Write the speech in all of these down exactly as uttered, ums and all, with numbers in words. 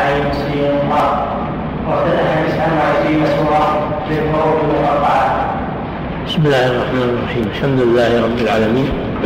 عين سين قاف وافتتح تسعة وعشرين سورة بالحروف المقطعة. بسم الله الرحمن الرحيم. الحمد لله رب العالمين،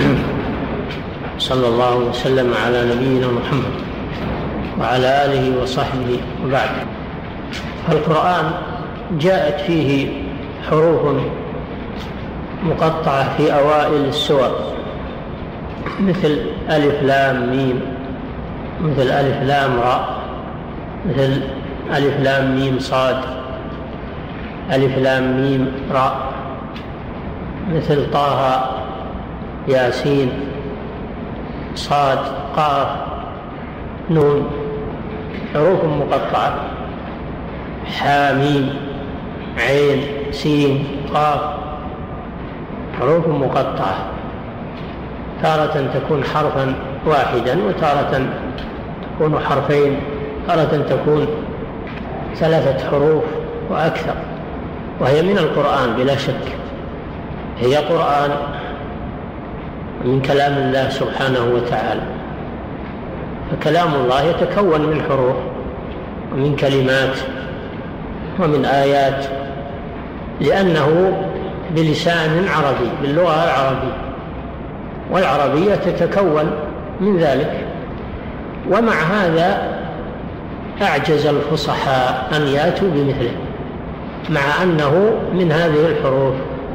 صلى الله وسلم على نبينا محمد وعلى آله وصحبه وبعد. القرآن جاءت فيه حروف مقطعة في أوائل السور، مثل ألف لام ميم، مثل ألف لام راء، مثل ألف لام ميم صاد، ألف لام ميم راء، مثل طه ياسين صاد قاف نون، حروف مقطعة. حاميم عين سين قاف، حروف مقطعة، تارة تكون حرفا واحدا وتارة تكون حرفين، تارة تكون ثلاثة حروف وأكثر، وهي من القرآن بلا شك، هي قرآن من كلام الله سبحانه وتعالى. فكلام الله يتكون من حروف ومن كلمات ومن آيات، لأنه بلسان عربي، باللغة العربية، والعربية تتكون من ذلك. ومع هذا أعجز الفصحاء أن يأتوا بمثله، مع أنه من هذه الحروف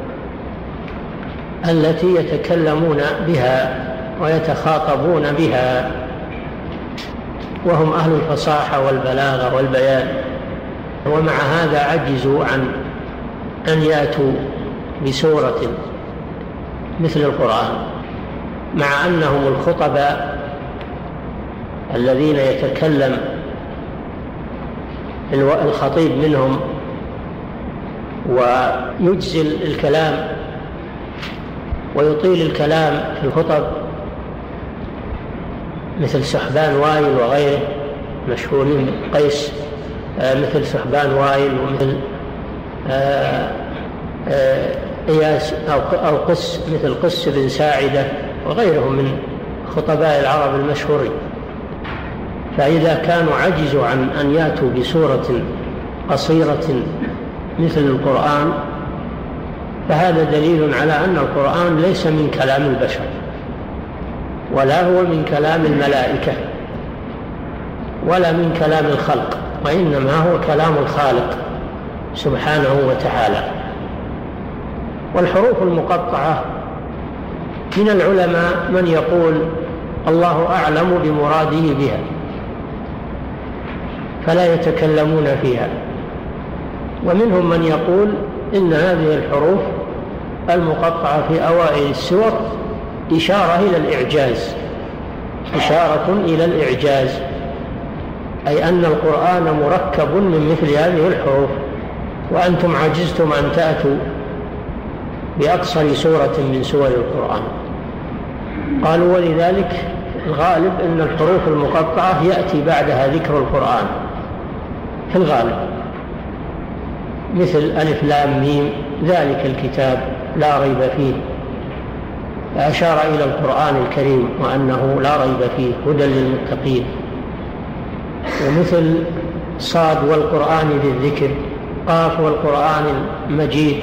التي يتكلمون بها ويتخاطبون بها، وهم أهل الفصاحة والبلاغة والبيان. ومع هذا عجزوا عن أن يأتوا بسورة مثل القرآن، مع أنهم الخطباء الذين يتكلم الخطيب منهم ويجزل الكلام ويطيل الكلام في الخطب، مثل سحبان وائل وغيره مشهورين قيس، مثل سحبان وائل، ومثل إياس أو قس مثل قس بن ساعدة وغيرهم من خطباء العرب المشهورين. فإذا كانوا عجزوا عن أن يأتوا بسورة قصيرة مثل القرآن، فهذا دليل على أن القرآن ليس من كلام البشر، ولا هو من كلام الملائكة، ولا من كلام الخلق، وإنما هو كلام الخالق سبحانه وتعالى. والحروف المقطعة من العلماء من يقول الله أعلم بمراده بها، فلا يتكلمون فيها، ومنهم من يقول إن هذه الحروف المقطعة في أوائل السور إشارة إلى الإعجاز، إشارة إلى الإعجاز، أي أن القرآن مركب من مثل هذه الحروف، وأنتم عجزتم أن تأتوا بأقصر سورة من سور القرآن. قالوا ولذلك الغالب أن الحروف المقطعة يأتي بعدها ذكر القرآن في الغالب، مثل ألف لام ميم ذلك الكتاب لا ريب فيه، فأشار إلى القرآن الكريم وأنه لا ريب فيه هدى للمتقين. ومثل صاد والقرآن ذي الذكر، قاف والقرآن المجيد،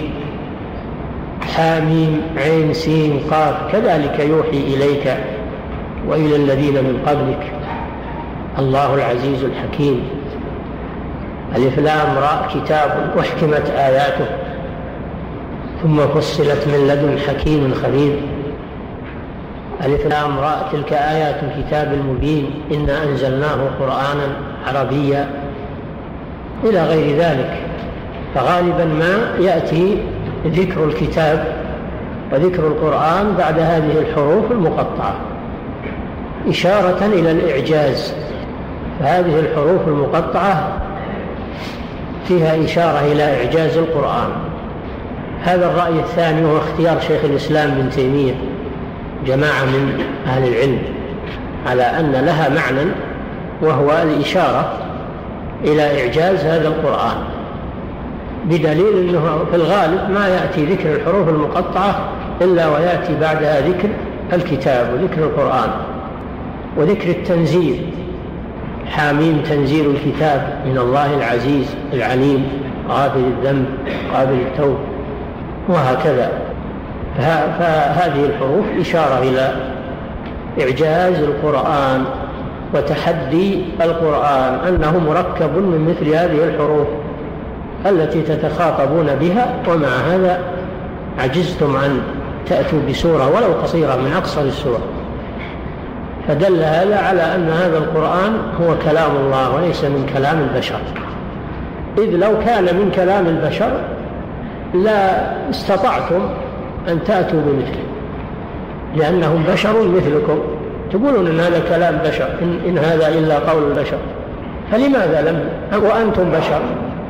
حاميم عين سين قاف، كذلك يوحي إليك وإلى الذين من قبلك الله العزيز الحكيم. ألف لام راء كتاب أحكمت آياته ثم فصلت من لدن حكيم خبير. ألف لام راء تلك آيات الكتاب المبين إنا أنزلناه قرآنا عربيا، إلى غير ذلك. فغالبا ما يأتي ذكر الكتاب وذكر القرآن بعد هذه الحروف المقطعة إشارة إلى الإعجاز، فهذه الحروف المقطعة فيها إشارة إلى إعجاز القرآن. هذا الرأي الثاني هو اختيار شيخ الإسلام ابن تيمية جماعة من أهل العلم على أن لها معنى، وهو الإشارة إلى إعجاز هذا القرآن، بدليل أنه في الغالب ما يأتي ذكر الحروف المقطعة إلا ويأتي بعدها ذكر الكتاب وذكر القرآن وذكر التنزيل. حاميم تنزيل الكتاب من الله العزيز العليم غافر الذنب قابل التوب، وهكذا. فهذه الحروف إشارة إلى إعجاز القرآن وتحدي القرآن أنه مركب من مثل هذه الحروف التي تتخاطبون بها، ومع هذا عجزتم أن تأتوا بسورة ولو قصيرة من أقصر السور. فدل هذا على أن هذا القرآن هو كلام الله وليس من كلام البشر، إذ لو كان من كلام البشر لا استطعتم أن تأتوا بمثله، لأنهم بشر مثلكم، تقولون إن هذا كلام بشر، إن, إن هذا إلا قول البشر، فلماذا لم وأنتم بشر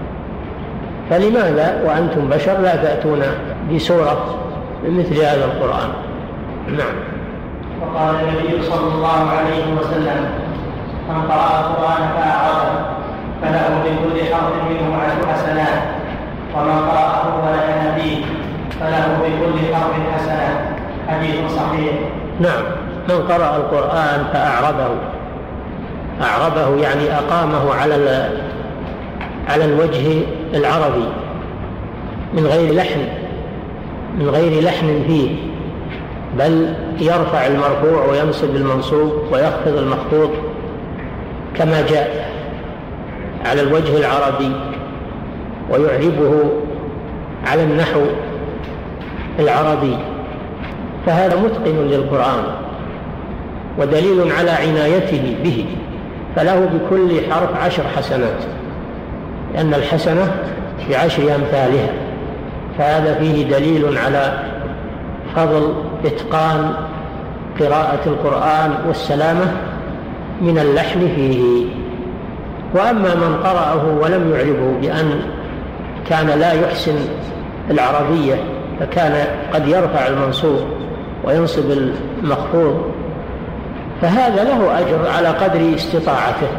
فلماذا وأنتم بشر لا تأتون بسورة مثل هذا القرآن؟ نعم. وقال النبي صلى الله عليه وسلم: من قرأ القرآن فأعرضه فله بكل حرف منه عشر حسنات، ومن قرأه ولحن فيه فله بكل حرف حسنة. حديث صحيح. نعم. من قرأ القرآن فأعرضه، أعرضه يعني أقامه على على الوجه العربي من غير لحن من غير لحن فيه، بل يرفع المرفوع وينصب المنصوب ويخفض المخفوض كما جاء على الوجه العربي، ويعربه على النحو العربي، فهذا متقن للقرآن ودليل على عنايته به، فله بكل حرف عشر حسنات، لأن الحسنة بعشر أمثالها، فهذا فيه دليل على فضل إتقان قراءة القرآن والسلامة من اللحن فيه. وأما من قرأه ولم يعربه بأن كان لا يحسن العربية، فكان قد يرفع المنصوب وينصب المخفوض، فهذا له أجر على قدر استطاعته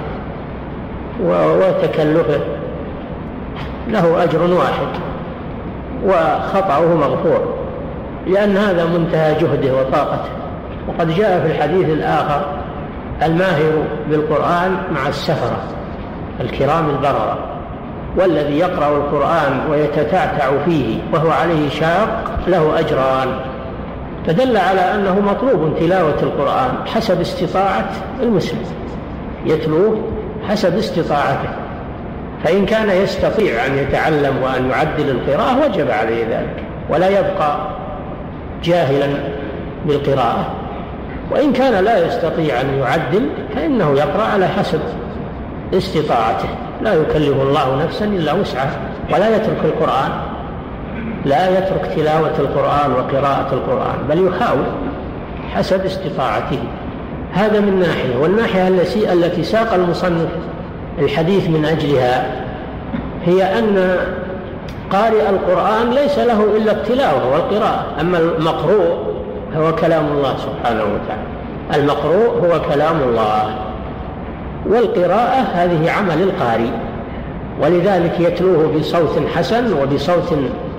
وتكلفه، له أجر واحد وخطأه مغفور، لأن هذا منتهى جهده وطاقته. وقد جاء في الحديث الآخر: الماهر بالقرآن مع السفرة الكرام البررة، والذي يقرأ القرآن ويتتعتع فيه وهو عليه شاق له أجران. فدل على أنه مطلوب تلاوة القرآن حسب استطاعة المسلم، يتلوه حسب استطاعته، فإن كان يستطيع أن يتعلم وأن يعدل القراءة وجب عليه ذلك، ولا يبقى جاهلا بالقراءة. وإن كان لا يستطيع أن يعدل فإنه يقرأ على حسب استطاعته، لا يكلف الله نفسا إلا وسعها، ولا يترك القرآن لا يترك تلاوة القرآن وقراءة القرآن، بل يحاول حسب استطاعته. هذا من ناحية. والناحية التي ساق المصنف الحديث من أجلها هي أن قارئ القرآن ليس له إلا التلاوة والقراءة، أما المقروء هو كلام الله سبحانه وتعالى، المقروء هو كلام الله، والقراءة هذه عمل القارئ، ولذلك يتلوه بصوت حسن وبصوت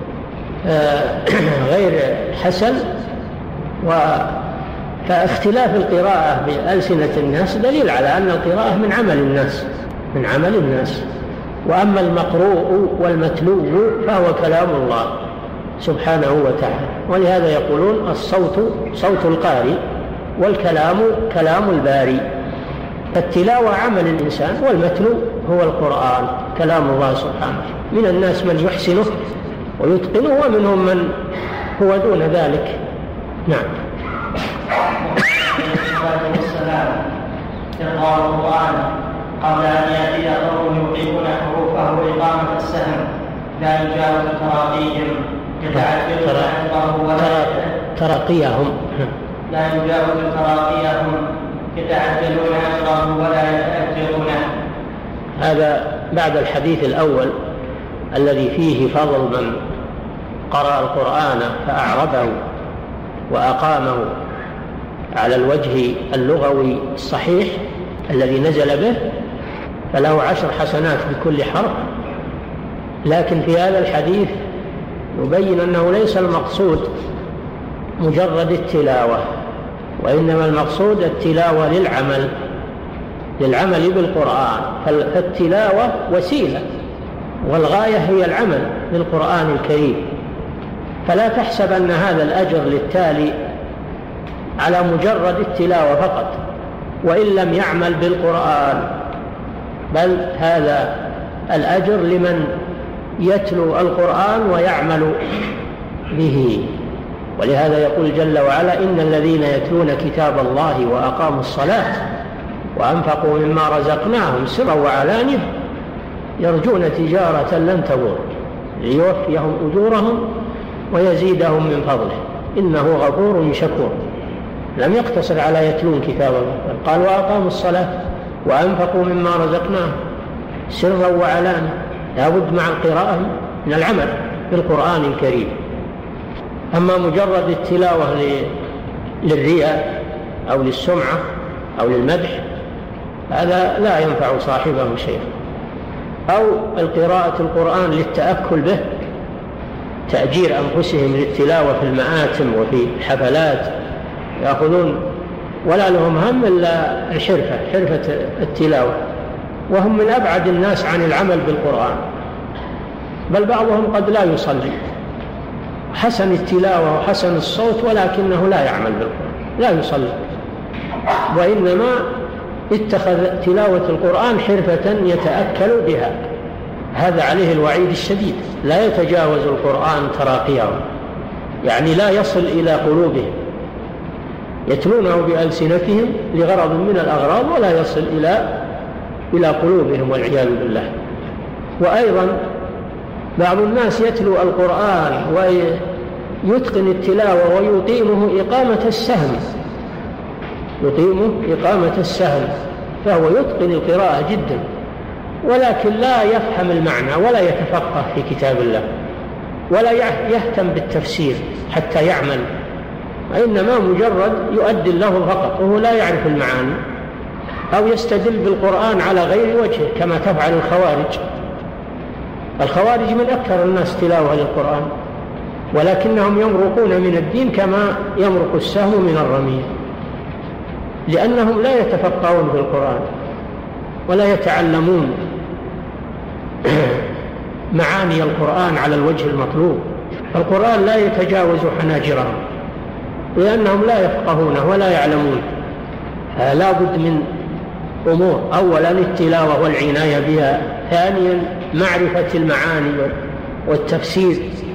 غير حسن. فاختلاف القراءة بألسنة الناس دليل على أن القراءة من عمل الناس من عمل الناس وأما المقروء والمتلو فهو كلام الله سبحانه وتعالى. ولهذا يقولون الصوت صوت القارئ والكلام كلام الباري. فالتلاوة عمل الإنسان، والمتلو هو القرآن كلام الله سبحانه. من الناس من يحسنه ويتقنه، ومنهم من هو دون ذلك. نعم. إقرار القرآن قبل أن يأتي قوم يقيمون حروفه إقامة السهم لا يجاوز تراقيهم يتعجلون عنده ولا تراقيهم لا يجاوز تراقيهم يتعجلون عنده ولا يتأجلونه. هذا بعد الحديث الأول الذي فيه فضل من قرأ القرآن فأعربه وأقامه على الوجه اللغوي الصحيح الذي نزل به، فله عشر حسنات بكل حرف. لكن في هذا الحديث يبين أنه ليس المقصود مجرد التلاوة، وإنما المقصود التلاوة للعمل، للعمل بالقرآن، فالتلاوة وسيلة والغاية هي العمل بالقرآن الكريم. فلا تحسب أن هذا الأجر للتالي على مجرد التلاوة فقط وإن لم يعمل بالقرآن، بل هذا الأجر لمن يتلو القرآن ويعمل به. ولهذا يقول جل وعلا: إن الذين يتلون كتاب الله وأقاموا الصلاة وأنفقوا مما رزقناهم سرا وعلانية يرجون تجارة لن تبور ليوفيهم أجورهم ويزيدهم من فضله إنه غفور شكور. لم يقتصر على يتلون كتاب الله، قال: وأقاموا الصلاة وأنفقوا مما رزقناهم سرا وعلانية. لابد مع القراءة من العمل بالقرآن الكريم. أما مجرد التلاوة للرياء أو للسمعة أو للمدح هذا لا ينفع صاحبه شيء. أو القراءة القرآن للتأكل به، تأجير أنفسهم للتلاوة في المآتم وفي الحفلات، يأخذون ولا لهم هم إلا الحرفة، حرفة التلاوة، وهم من أبعد الناس عن العمل بالقرآن. بل بعضهم قد لا يصلي، حسن التلاوة وحسن الصوت ولكنه لا يعمل بالقرآن، لا يصلي، وإنما اتخذ تلاوة القرآن حرفة يتأكل بها. هذا عليه الوعيد الشديد. لا يتجاوز القرآن تراقيهم، يعني لا يصل إلى قلوبهم، يتلونه بألسنتهم لغرض من الأغراض ولا يصل إلى إلى قلوبهم والعياذ بالله. وأيضا بعض الناس يتلو القرآن ويتقن التلاوة ويقيمه إقامة السهم، يقيمه إقامة السهم، فهو يتقن القراءة جدا ولكن لا يفهم المعنى ولا يتفقه في كتاب الله ولا يهتم بالتفسير حتى يعمل، وإنما مجرد يؤدي له فقط وهو لا يعرف المعاني، أو يستدل بالقرآن على غير وجهه كما تفعل الخوارج. الخوارج من أكثر الناس تلاوة للقرآن، ولكنهم يمرقون من الدين كما يمرق السهم من الرمية، لأنهم لا يتفقهون في القرآن ولا يتعلمون معاني القرآن على الوجه المطلوب. القرآن لا يتجاوز حناجرهم لأنهم لا يفقهونه ولا يعلمون. لا بد من أمور: أولا التلاوة والعناية بها، ثانيا معرفة المعاني والتفسير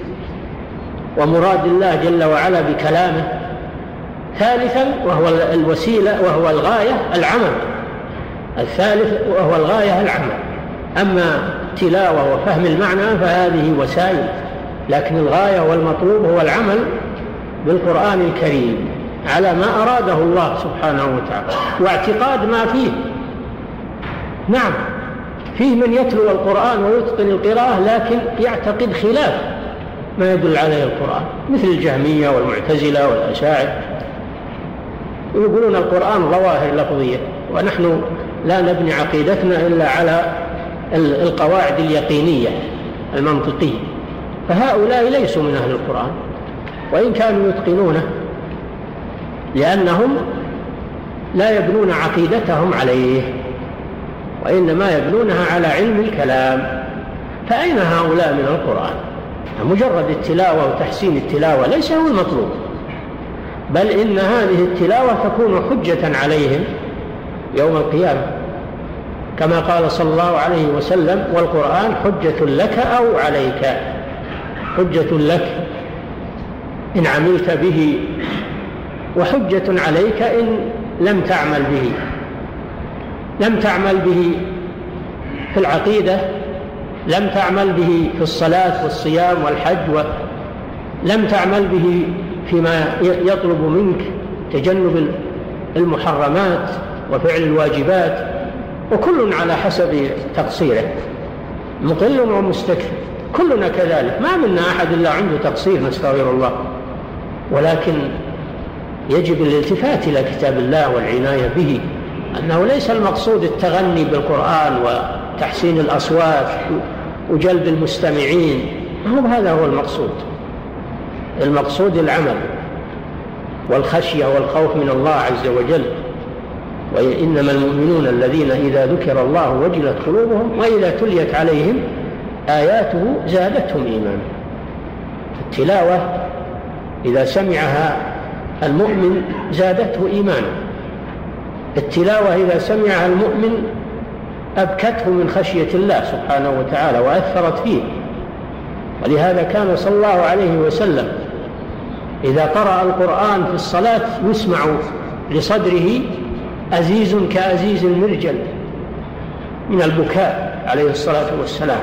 ومراد الله جل وعلا بكلامه، ثالثا وهو الوسيلة وهو الغاية العمل، الثالث وهو الغاية العمل. أما تلاوة وفهم المعنى فهذه وسائل، لكن الغاية والمطلوب هو العمل بالقرآن الكريم على ما أراده الله سبحانه وتعالى واعتقاد ما فيه. نعم، فيه من يتلو القرآن ويتقن القراءة لكن يعتقد خلاف ما يدل عليه القرآن، مثل الجهمية والمعتزلة والأشاعرة، يقولون القرآن ظواهر لفظية، ونحن لا نبني عقيدتنا إلا على القواعد اليقينية المنطقية. فهؤلاء ليسوا من أهل القرآن وإن كانوا يتقنونه، لأنهم لا يبنون عقيدتهم عليه وإنما يبنونها على علم الكلام. فأين هؤلاء من القرآن؟ مجرد التلاوة وتحسين التلاوة ليس هو المطلوب، بل إن هذه التلاوة تكون حجة عليهم يوم القيامة، كما قال صلى الله عليه وسلم: والقرآن حجة لك أو عليك، حجة لك إن عملت به، وحجة عليك إن لم تعمل به. لم تعمل به في العقيدة، لم تعمل به في الصلاة والصيام والحج، ولم تعمل به فيما يطلب منك تجنب المحرمات وفعل الواجبات، وكل على حسب تقصيره، مقل ومستكثر، كلنا كذلك، ما منا أحد إلا عنده تقصير نستغفر الله. ولكن يجب الالتفات إلى كتاب الله والعناية به، أنه ليس المقصود التغني بالقرآن وتحسين الأصوات وجلب المستمعين، هم هذا هو المقصود. المقصود العمل والخشية والخوف من الله عز وجل وإنما المؤمنون الذين إذا ذكر الله وجلت قلوبهم وإذا تليت عليهم آياته زادتهم إيمانا. التلاوة إذا سمعها المؤمن زادته إيمانا. التلاوة إذا سمعها المؤمن أبكته من خشية الله سبحانه وتعالى وأثرت فيه. ولهذا كان صلى الله عليه وسلم إذا قرأ القرآن في الصلاة يسمع لصدره أزيز كأزيز المرجل من البكاء عليه الصلاة والسلام.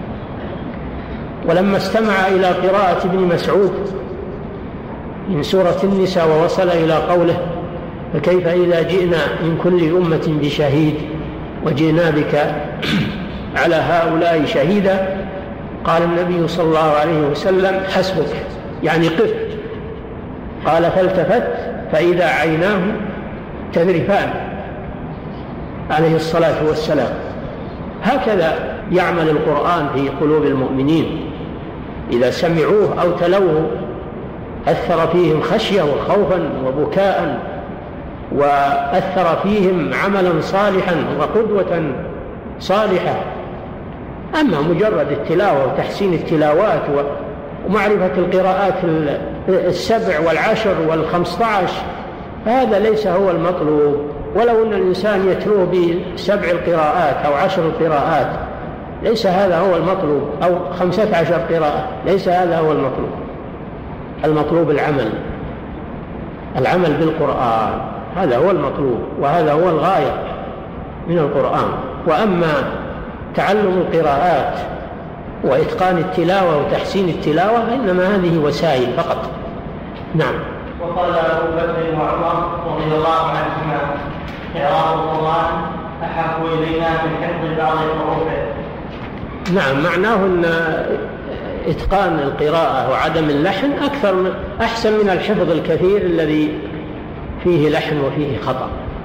ولما استمع إلى قراءة ابن مسعود من سورة النساء ووصل إلى قوله فكيف إذا جئنا من كل أمة بشهيد وجئنا بك على هؤلاء شهيدا، قال النبي صلى الله عليه وسلم حسبك، يعني قف. قال فالتفت فإذا عيناه تذرفان عليه الصلاة والسلام. هكذا يعمل القرآن في قلوب المؤمنين، إذا سمعوه أو تلوه أثر فيهم خشية وخوفا وبكاء، وأثر فيهم عملا صالحا وقدوة صالحة. أما مجرد التلاوة وتحسين التلاوات ومعرفة القراءات السبع والعشر والخمسة عشر هذا ليس هو المطلوب. ولو أن الإنسان يتلوه بسبع القراءات أو عشر القراءات ليس هذا هو المطلوب، أو خمسة عشر قراءة ليس هذا هو المطلوب. المطلوب العمل العمل بالقرآن، هذا هو المطلوب وهذا هو الغاية من القرآن. وأما تعلم القراءات وإتقان التلاوة وتحسين التلاوة فإنما هذه وسائل فقط. نعم. وقال أبو بكر وعمر رضي الله عنهما إعراب القرآن أحب إلينا من حفظ بعض حروفه. نعم، معناه أن إتقان القراءة وعدم اللحن أكثر من أحسن من الحفظ الكثير الذي فيه لحن وفيه خطأ.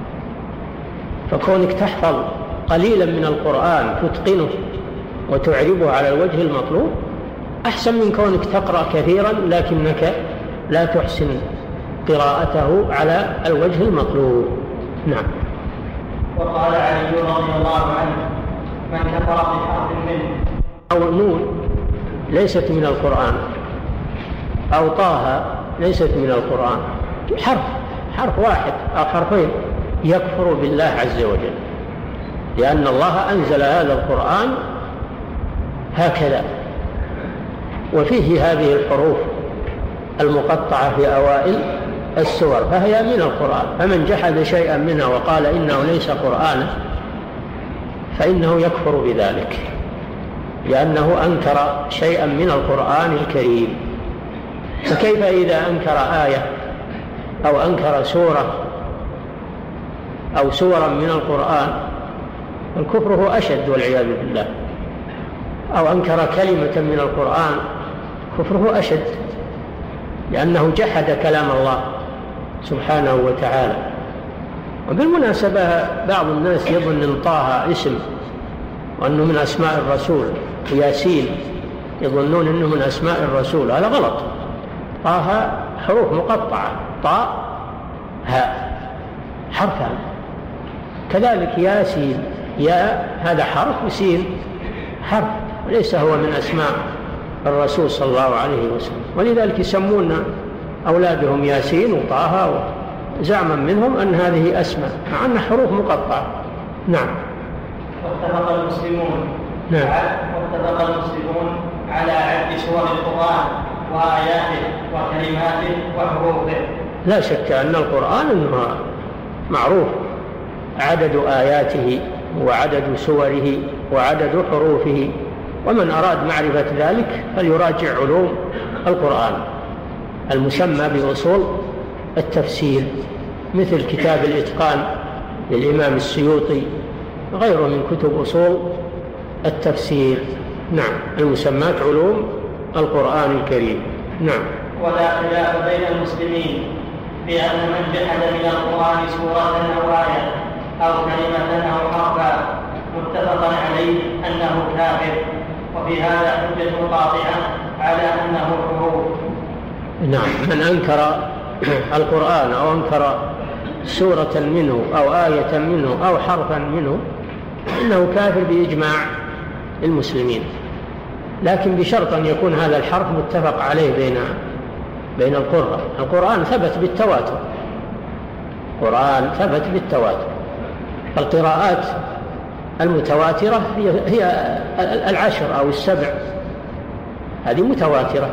فكونك تحفظ قليلا من القرآن تتقنه وتعربه على الوجه المطلوب أحسن من كونك تقرأ كثيرا لكنك لا تحسن قراءته على الوجه المطلوب. نعم. وقال علي رضي الله عنه من كفر بحرف منه أو نون ليست من القرآن أو طه ليست من القرآن، حرف حرف واحد أو حرفين يكفر بالله عز وجل، لأن الله أنزل هذا القرآن هكذا وفيه هذه الحروف المقطعة في أوائل السور فهي من القرآن. فمن جحد شيئا منها وقال إنه ليس قرآنا فإنه يكفر بذلك، لأنه أنكر شيئا من القرآن الكريم. فكيف إذا أنكر آية أو أنكر سورة أو سورا من القرآن؟ الكفر هو أشد والعياذ بالله. أو أنكر كلمة من القرآن كفره أشد، لأنه جحد كلام الله سبحانه وتعالى. وبالمناسبة بعض الناس يظن أن طه اسم وأنه من أسماء الرسول، وياسين يظنون أنه من أسماء الرسول، هذا غلط. طه حروف مقطعة، طاء هاء حرفان، كذلك ياسين ياء هذا حرف وسين حرف، وليس هو من أسماء الرسول صلى الله عليه وسلم. ولذلك يسمون أولادهم ياسين وطه زعما منهم أن هذه أسماء مع أنها حروف مقطعة. نعم. واتفق المسلمون نعم. واتفق المسلمون على عد سور القرآن وآياته وكلماته وحروفه. لا شك أن القرآن أنه معروف عدد آياته وعدد سوره وعدد حروفه، ومن أراد معرفة ذلك فليراجع علوم القرآن المسمى بأصول التفسير، مثل كتاب الإتقان للإمام السيوطي غيره من كتب أصول التفسير. نعم، المسمات علوم القرآن الكريم. نعم. ولا خلاف بين المسلمين بأن من جحد من القرآن سورة أو آية أو كلمة أو حرفا متفق عليه أنه كافر، وفي هذا حجة قاطعة على أنه حروف. نعم، من أنكر القرآن أو أنكر سورة منه أو آية منه أو حرفا منه إنه كافر بإجماع المسلمين، لكن بشرط أن يكون هذا الحرف متفق عليه بين بين القراء. القرآن ثبت بالتواتر، القرآن ثبت بالتواتر. القراءات المتواترة هي, هي العشر أو السبع، هذه متواترة،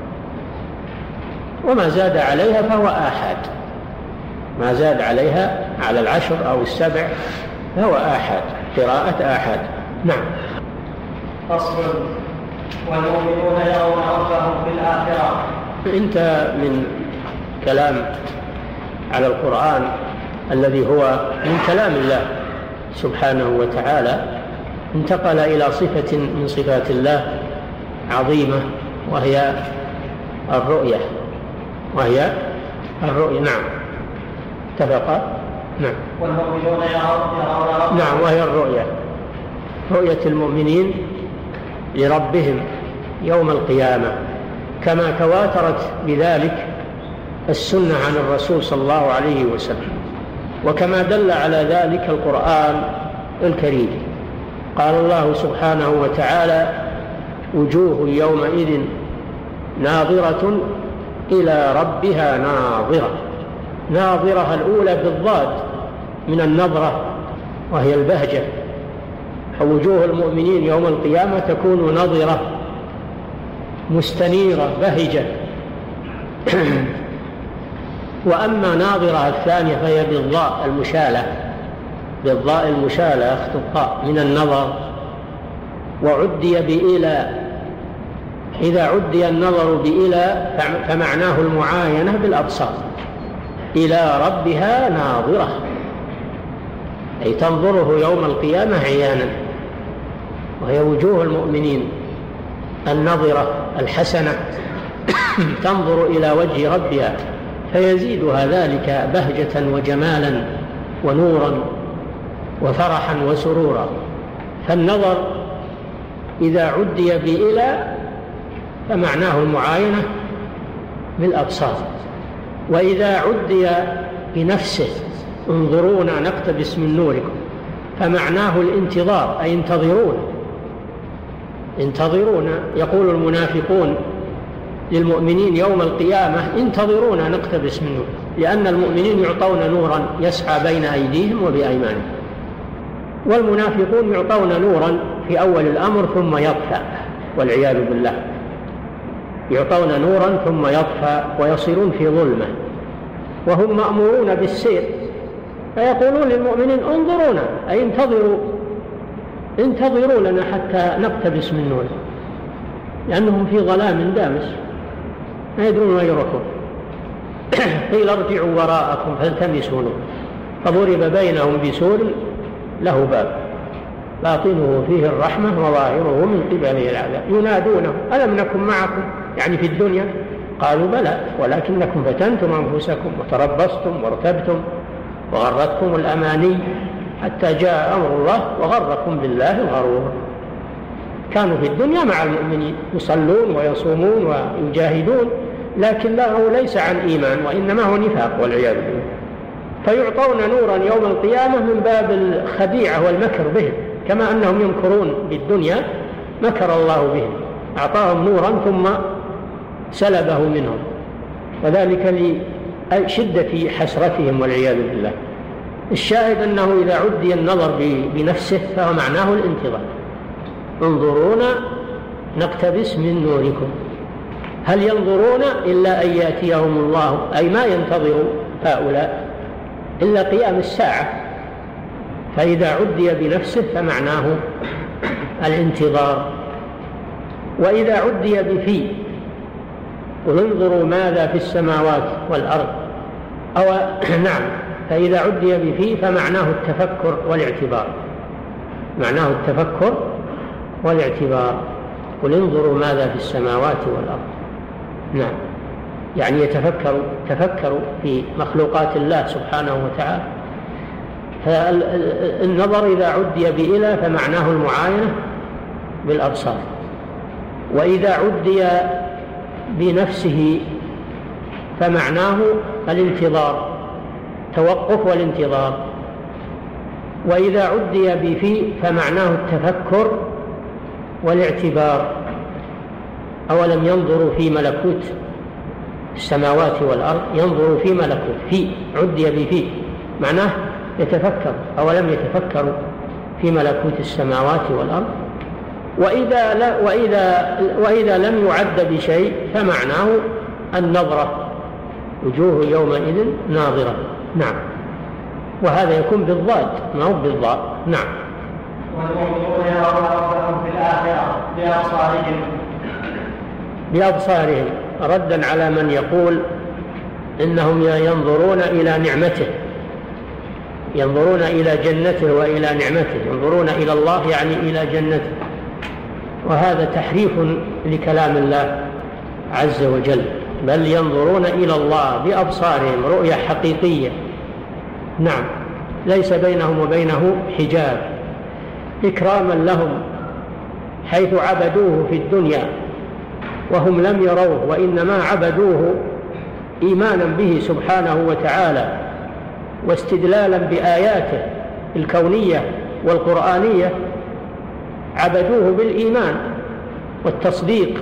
وما زاد عليها فهو آحاد، ما زاد عليها على العشر أو السبع فهو آحاد، قراءة آحاد. نعم. فصل: والمؤمنون يرون ربهم في الآخرة. انتهى من كلام على القرآن الذي هو من كلام الله سبحانه وتعالى، انتقل إلى صفة من صفات الله عظيمة وهي الرؤية، وهي الرؤية. نعم. اتفق. نعم. والمؤمنون يرون ربهم. نعم، وهي الرؤية، رؤية المؤمنين لربهم يوم القيامة، كما تواترت بذلك السنة عن الرسول صلى الله عليه وسلم، وكما دل على ذلك القرآن الكريم. قال الله سبحانه وتعالى: وجوه يومئذ ناظرة إلى ربها ناظرة. ناظرة الأولى بالضاد من النظرة وهي البهجة، فوجوه المؤمنين يوم القيامة تكون نظرة مستنيرة بهجة. وأما ناظرة الثانية فهي بالضاء المشالة، بالضاء المشالة أخت الطاء من النظر، وعدي بإلى. إذا عدي النظر بإلى فمعناه المعاينة بالأبصار، إلى ربها ناظرة، أي تنظره يوم القيامة عيانا، وهي وجوه المؤمنين النظرة الحسنة تنظر إلى وجه ربها فيزيدها ذلك بهجة وجمالا ونورا وفرحا وسرورا. فالنظر إذا عدي بإلى فمعناه المعاينة بالأبصار، وإذا عدي بنفسه انظرونا نقتبس من نوركم فمعناه الانتظار، أي انتظرونا انتظرونا. يقول المنافقون للمؤمنين يوم القيامة: انتظرونا نقتبس من نور، لأن المؤمنين يعطون نورا يسعى بين أيديهم وبأيمانهم، والمنافقون يعطون نورا في أول الأمر ثم يطفأ والعياذ بالله، يعطون نورا ثم يطفأ ويصيرون في ظلمة، وهم مأمورون بالسير، فيقولون للمؤمنين: انظرونا، أي انتظروا انتظروا لنا حتى نقتبس من نور، لأنهم في ظلام دامس ما يدرون وين يروحون. قيل: ارجعوا وراءكم فالتمسوا نور، فضرب بينهم بسور له باب باطنه فيه الرحمة وظاهره من قبله العذاب ينادونه: ألم نكن معكم، يعني في الدنيا؟ قالوا: بلى، ولكنكم فتنتم أنفسكم وتربصتم وارتبتم وغرتكم الأماني حتى جاء أمر الله وغركم بالله الغرور. كانوا في الدنيا مع المؤمنين يصلون ويصومون ويجاهدون، لكن له ليس عن إيمان وإنما هو نفاق والعياذ بالله، فيعطون نورا يوم القيامة من باب الخديعة والمكر بهم، كما أنهم يمكرون بالدنيا مكر الله بهم، أعطاهم نورا ثم سلبه منهم، وذلك لشدة حسرتهم والعياذ بالله. الشاهد أنه إذا عدي النظر بنفسه فهو معناه الانتظار، انظرونا نقتبس من نوركم. هل ينظرون إلا أن يأتيهم الله، أي ما ينتظر هؤلاء إلا قيام الساعة، فإذا عدي بنفسه فمعناه الانتظار. وإذا عدي بفي، قل انظروا ماذا في السماوات والأرض، أو نعم، فإذا عدي بفي فمعناه التفكر والاعتبار، معناه التفكر والاعتبار. قل انظروا ماذا في السماوات والأرض، نعم، يعني يتفكروا تفكروا في مخلوقات الله سبحانه وتعالى. فالنظر إذا عدي بإلى فمعناه المعاينة بالأبصار، وإذا عدي بنفسه فمعناه الانتظار، التوقف والانتظار. وإذا عدي بفي فمعناه التفكر والاعتبار. أولم ينظروا في ملكوت السماوات والأرض، ينظروا في ملكوت، في عدي بفي معناه يتفكر. أولم يتفكروا في ملكوت السماوات والأرض. وإذا, لا وإذا, وإذا لم يعد بشيء فمعناه النظرة، وجوه يومئذ ناظرة. نعم. وهذا يكون بالضاد ما هو بالضاء. نعم. والمؤمنون يرون ربهم في الآخرة بأبصارهم بأبصارهم ردا على من يقول إنهم ينظرون إلى نعمته، ينظرون إلى جنته وإلى نعمته، ينظرون إلى الله يعني إلى جنته. وهذا تحريف لكلام الله عز وجل، بل ينظرون إلى الله بأبصارهم رؤية حقيقية. نعم، ليس بينهم وبينه حجاب، إكراما لهم حيث عبدوه في الدنيا وهم لم يروه، وإنما عبدوه إيمانا به سبحانه وتعالى واستدلالا بآياته الكونية والقرآنية. عبدوه بالإيمان والتصديق،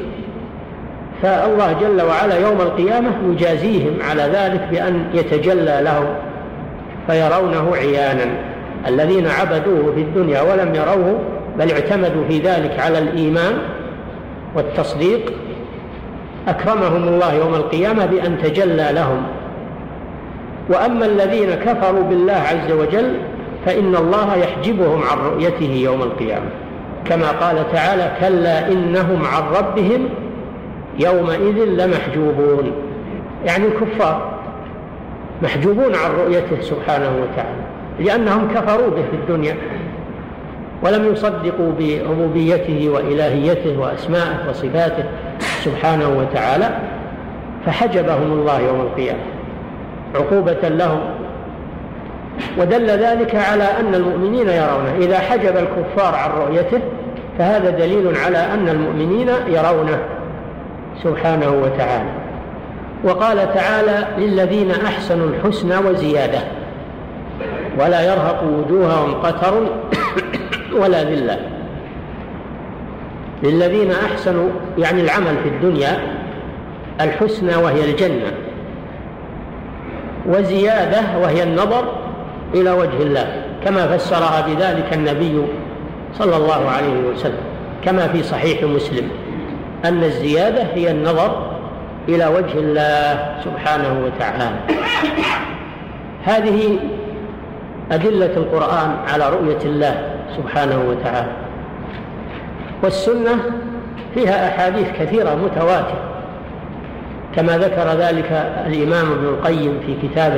فالله جل وعلا يوم القيامة يجازيهم على ذلك بأن يتجلى لهم فيرونه عيانا. الذين عبدوه في الدنيا ولم يروه بل اعتمدوا في ذلك على الإيمان والتصديق، أكرمهم الله يوم القيامة بأن تجلى لهم. وأما الذين كفروا بالله عز وجل فإن الله يحجبهم عن رؤيته يوم القيامة، كما قال تعالى: كلا إنهم عن ربهم يومئذ لمحجوبون. يعني الكفار محجوبون عن رؤيته سبحانه وتعالى لأنهم كفروا به في الدنيا ولم يصدقوا بربوبيته وإلهيته وأسمائه وصفاته سبحانه وتعالى، فحجبهم الله يوم القيامة عقوبة لهم. ودل ذلك على أن المؤمنين يرونه. إذا حجب الكفار عن رؤيته فهذا دليل على أن المؤمنين يرونه سبحانه وتعالى. وقال تعالى: للذين أحسنوا الحسنى وزيادة ولا يرهق وجوههم قتر ولا ذلة. للذين أحسنوا يعني العمل في الدنيا، الحسنى وهي الجنة، وزيادة وهي النظر إلى وجه الله، كما فسرها بذلك النبي صلى الله عليه وسلم كما في صحيح مسلم أن الزيادة هي النظر إلى وجه الله سبحانه وتعالى. هذه أدلة القرآن على رؤية الله سبحانه وتعالى. والسنة فيها أحاديث كثيرة متواترة كما ذكر ذلك الإمام ابن القيم في كتابه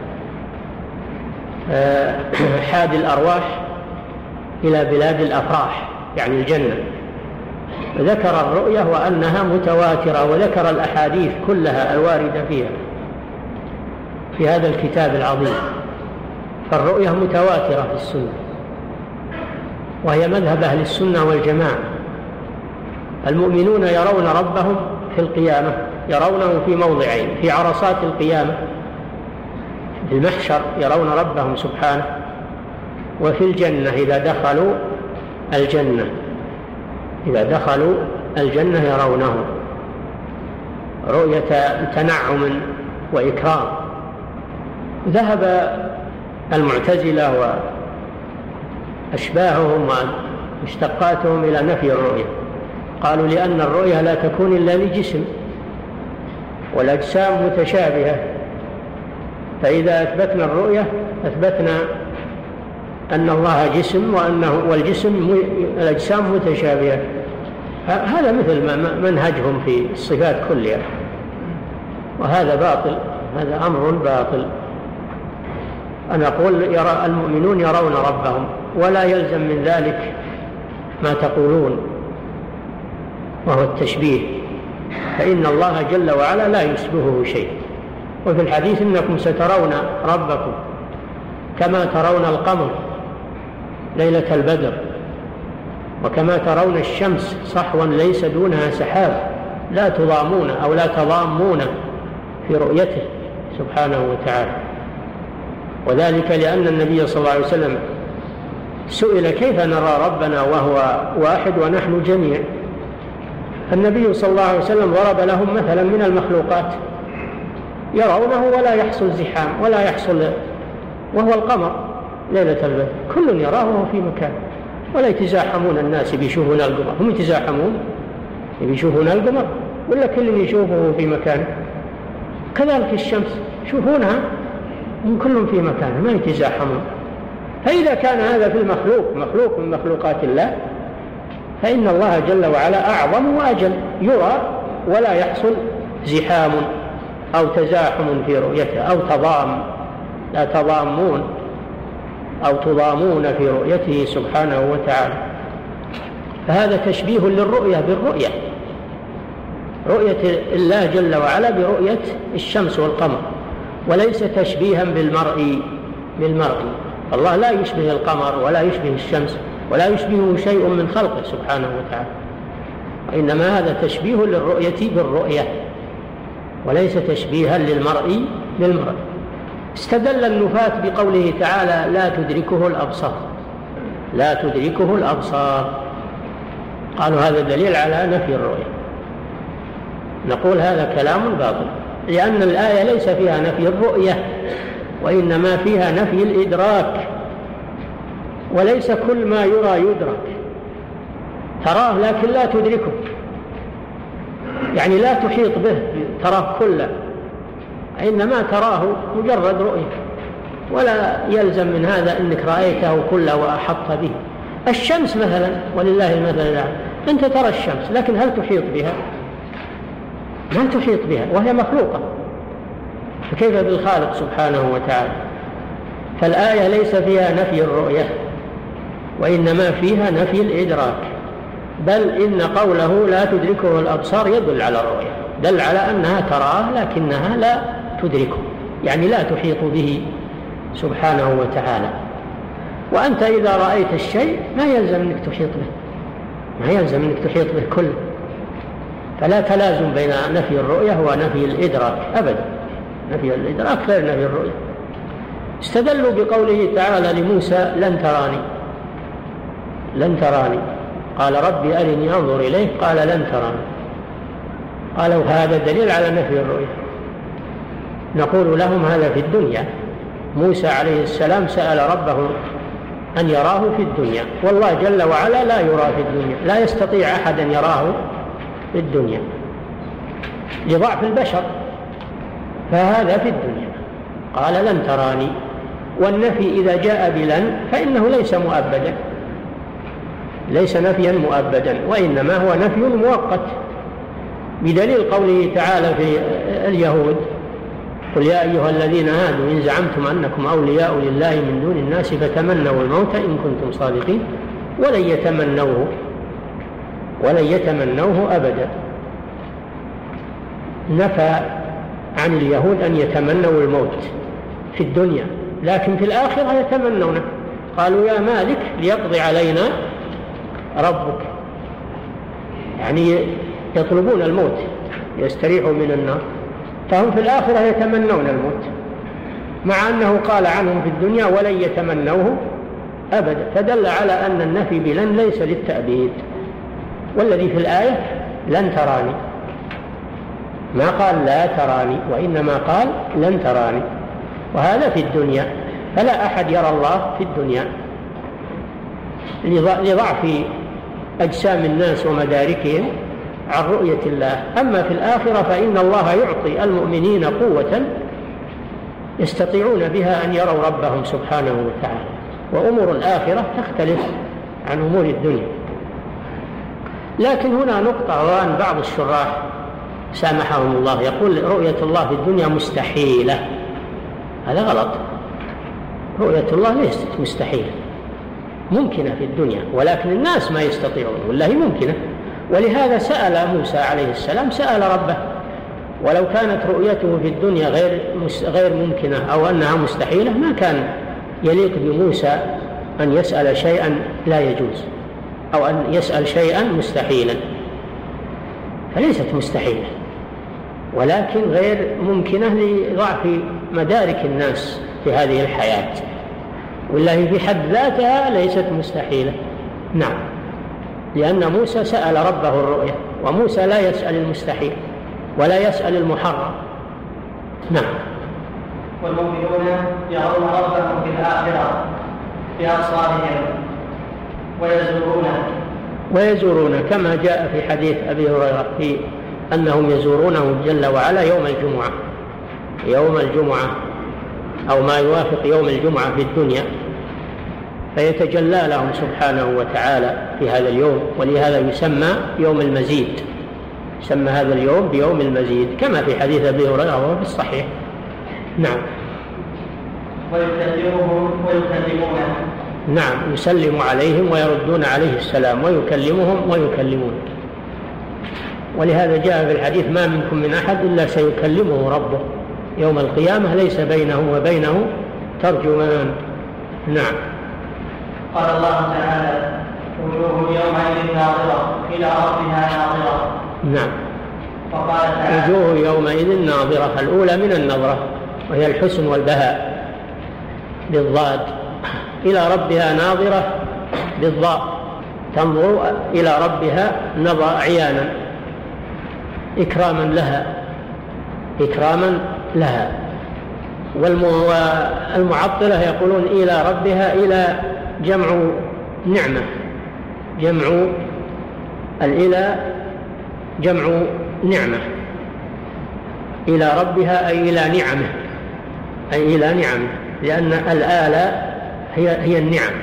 حاد الأرواح إلى بلاد الأفراح، يعني الجنة، ذكر الرؤية وأنها متواترة، وذكر الأحاديث كلها الواردة فيها في هذا الكتاب العظيم. فالرؤية متواترة في السنة، وهي مذهب أهل السنة والجماعة. المؤمنون يرون ربهم في القيامة، يرونه في موضعين: في عرصات القيامة في المحشر يرون ربهم سبحانه، وفي الجنة إذا دخلوا الجنة إذا دخلوا الجنة يرونه رؤية تنعم وإكرام. ذهب المعتزلة وأشباههم ومشتقاتهم إلى نفي الرؤية، قالوا لأن الرؤية لا تكون إلا لجسم والأجسام متشابهة، فإذا أثبتنا الرؤية أثبتنا أن الله جسم وأنه والجسم الأجسام متشابهة. هذا مثل منهجهم في الصفات كلها، وهذا باطل، هذا أمر باطل. أنا أقول يرى المؤمنون يرون ربهم، ولا يلزم من ذلك ما تقولون وهو التشبيه، فإن الله جل وعلا لا يشبهه شيء. وفي الحديث: إنكم سترون ربكم كما ترون القمر ليلة البدر، وكما ترون الشمس صحوا ليس دونها سحاب، لا تضامون أو لا تضامون في رؤيته سبحانه وتعالى. وذلك لأن النبي صلى الله عليه وسلم سئل كيف نرى ربنا وهو واحد ونحن جميع. النبي صلى الله عليه وسلم ضرب لهم مثلا من المخلوقات يرونه ولا يحصل زحام ولا يحصل، وهو القمر ليلة البدر، كل يراه وهو في مكان، ولا يتزاحمون الناس بيشوفون القمر. هم يتزاحمون بيشوفون القمر ولا كل يشوفه في مكانه؟ كذلك الشمس يشوفونها هم كلهم في مكانه ما يتزاحمون. فإذا كان هذا في المخلوق مخلوق من مخلوقات الله، فإن الله جل وعلا أعظم وأجل، يرى ولا يحصل زحام أو تزاحم في رؤيته أو تضام، لا تضامون أو تضامون في رؤيته سبحانه وتعالى. فهذا تشبيه للرؤية بالرؤية، رؤية الله جل وعلا برؤية الشمس والقمر، وليس تشبيها بالمرء بالمرء. الله لا يشبه القمر ولا يشبه الشمس ولا يشبهه شيء من خلقه سبحانه وتعالى، وإنما هذا تشبيه للرؤية بالرؤية وليس تشبيها للمرء بالمرء. استدل النفاة بقوله تعالى لا تدركه الأبصار، لا تدركه الأبصار، قالوا هذا دليل على نفي الرؤية. نقول هذا كلام باطل، لأن الآية ليس فيها نفي الرؤية وإنما فيها نفي الإدراك، وليس كل ما يرى يدرك، تراه لكن لا تدركه، يعني لا تحيط به تراه كله، إنما تراه مجرد رؤية، ولا يلزم من هذا أنك رأيته كله وأحط به. الشمس مثلا ولله المثل الأعلى، أنت ترى الشمس لكن هل تحيط بها؟ ما تحيط بها وهي مخلوقة، فكيف بالخالق سبحانه وتعالى؟ فالآية ليس فيها نفي الرؤية وإنما فيها نفي الإدراك، بل إن قوله لا تدركه الأبصار يدل على الرؤية، دل على أنها تراه لكنها لا تدركه، يعني لا تحيط به سبحانه وتعالى. وأنت إذا رأيت الشيء ما يلزم أنك تحيط به، ما يلزم أنك تحيط به كله، فلا تلازم بين نفي الرؤية ونفي الإدراك أبدا، نفي الإدراك غير نفي الرؤية. استدلوا بقوله تعالى لموسى لن تراني، لن تراني، قال ربي أرني أنظر إليه، قال لن تراني، قالوا هذا دليل على نفي الرؤية. نقول لهم هذا في الدنيا، موسى عليه السلام سأل ربه أن يراه في الدنيا، والله جل وعلا لا يرى في الدنيا، لا يستطيع أحد أن يراه في الدنيا لضعف البشر، فهذا في الدنيا. قال لن تراني، والنفي إذا جاء بلن فإنه ليس مؤبدا، ليس نفيا مؤبدا، وإنما هو نفي مؤقت، بدليل قوله تعالى في اليهود قل يا أيها الذين هادوا إن زعمتم أنكم أولياء لله من دون الناس فتمنوا الموت إن كنتم صادقين ولن يتمنوه ولن يتمنوه أبدا. نفى عن اليهود أن يتمنوا الموت في الدنيا، لكن في الآخرة يتمنونه، قالوا يا مالك ليقضي علينا ربك، يعني يطلبون الموت يستريحوا من النار، فهم في الآخرة يتمنون الموت، مع أنه قال عنهم في الدنيا ولن يتمنوه أبدا، فدل على أن النفي بلن ليس للتأبيد. والذي في الآية لن تراني، ما قال لا تراني وإنما قال لن تراني، وهذا في الدنيا، فلا أحد يرى الله في الدنيا لضعف أجسام الناس ومداركهم عن رؤية الله. أما في الآخرة فإن الله يعطي المؤمنين قوة يستطيعون بها أن يروا ربهم سبحانه وتعالى، وأمور الآخرة تختلف عن أمور الدنيا. لكن هنا نقطة، وأن بعض الشراح سامحهم الله يقول رؤية الله في الدنيا مستحيلة، هذا غلط، رؤية الله ليست مستحيلة، ممكنة في الدنيا، ولكن الناس ما يستطيعون، والله ممكنة. ولهذا سأل موسى عليه السلام، سأل ربه، ولو كانت رؤيته في الدنيا غير غير ممكنة أو أنها مستحيلة ما كان يليق بموسى أن يسأل شيئا لا يجوز أو أن يسأل شيئا مستحيلا، فليست مستحيلة ولكن غير ممكنة لضعف مدارك الناس في هذه الحياة، والله في حد ذاتها ليست مستحيلة. نعم، لأن موسى سأل ربه الرؤية، وموسى لا يسأل المستحيل ولا يسأل المحرم. نعم. والمؤمنون يرون ربهم في الآخرة بأبصارهم ويزورونه ويزورونه كما جاء في حديث أبي هريرة في أنهم يزورونه جل وعلا يوم الجمعة يوم الجمعة أو ما يوافق يوم الجمعة في الدنيا، فيتجلى لهم سبحانه وتعالى في هذا اليوم، ولهذا يسمى يوم المزيد، يسمى هذا اليوم بيوم المزيد كما في حديث أبي هريرة وهو في الصحيح. نعم. ويكلمهم ويكلمونه نعم، يسلم عليهم ويردون عليه السلام، ويكلمهم ويكلمون. ولهذا جاء في الحديث ما منكم من أحد إلا سيكلمه ربه يوم القيامة ليس بينه وبينه ترجمان. نعم. قال الله تعالى: وجوه يومئذ ناظرة إلى ربها ناظرة. نعم. وقال تعالى: وجوه يومئذ ناظرة، الأولى من النظرة وهي الحسن والبهاء بالضاد، إلى ربها ناظرة بالضاء، تنظر إلى ربها نظر عيانا إكراما لها إكراما لها. والمعطلة يقولون إلى ربها إلى جمع نعمة، جمع الإلى جمع نعمة، إلى ربها أي إلى نعمه أي إلى نعمه لأن الآلاء هي هي النعم،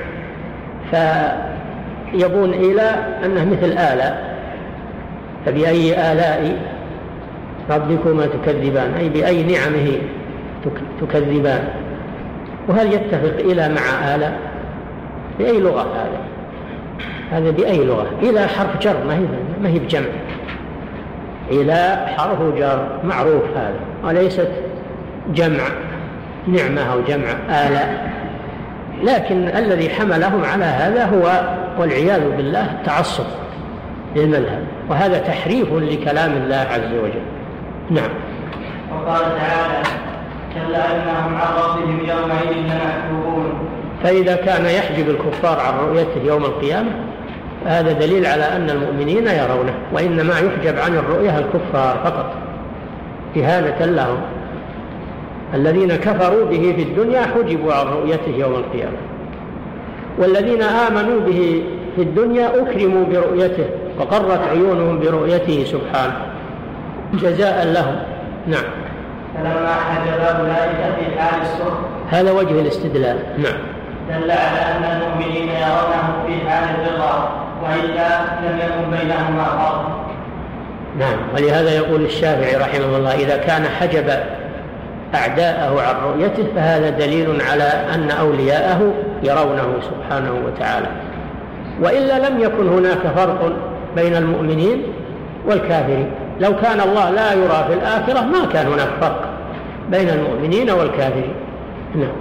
فيبون إلى أنه مثل آلاء. فبأي آلاء ربكما تكذبان، أي بأي نعمه تكذبان. وهل يتفق إلى مع آلاء؟ بأي لغة هذا؟ هذا بأي لغة؟ إلى حرف جر، ما هي ما هي بجمع. إلى حرف جر معروف هذا، وليست جمع نعمة أو جمع آلاء. لكن الذي حملهم على هذا هو والعياذ بالله التعصب للمذهب، وهذا تحريف لكلام الله عز وجل. نعم. وقال تعالى: كلا إنهم عن ربهم يومئذ لمحجوبون. فإذا كان يحجب الكفار عن رؤيته يوم القيامة فهذا دليل على أن المؤمنين يرونه، وإنما يحجب عن الرؤية الكفار فقط إهانة لهم. الذين كفروا به في الدنيا حجبوا عن رؤيته يوم القيامة، والذين آمنوا به في الدنيا أكرموا برؤيته وقرت عيونهم برؤيته سبحانه جزاء لهم. نعم. فلما حجب أولئك في حال السخط، هذا وجه الاستدلال. نعم. دل على أن المؤمنين يرونه في حال الرضا، وإلا لم يكن بينهما فرق. نعم. ولهذا يقول الشافعي رحمه الله: إذا كان حجب أعداءه عن رؤيته فهذا دليل على أن أولياءه يرونه سبحانه وتعالى، وإلا لم يكن هناك فرق بين المؤمنين والكافرين. لو كان الله لا يرى في الآخرة ما كان هناك فرق بين المؤمنين والكافرين. نعم.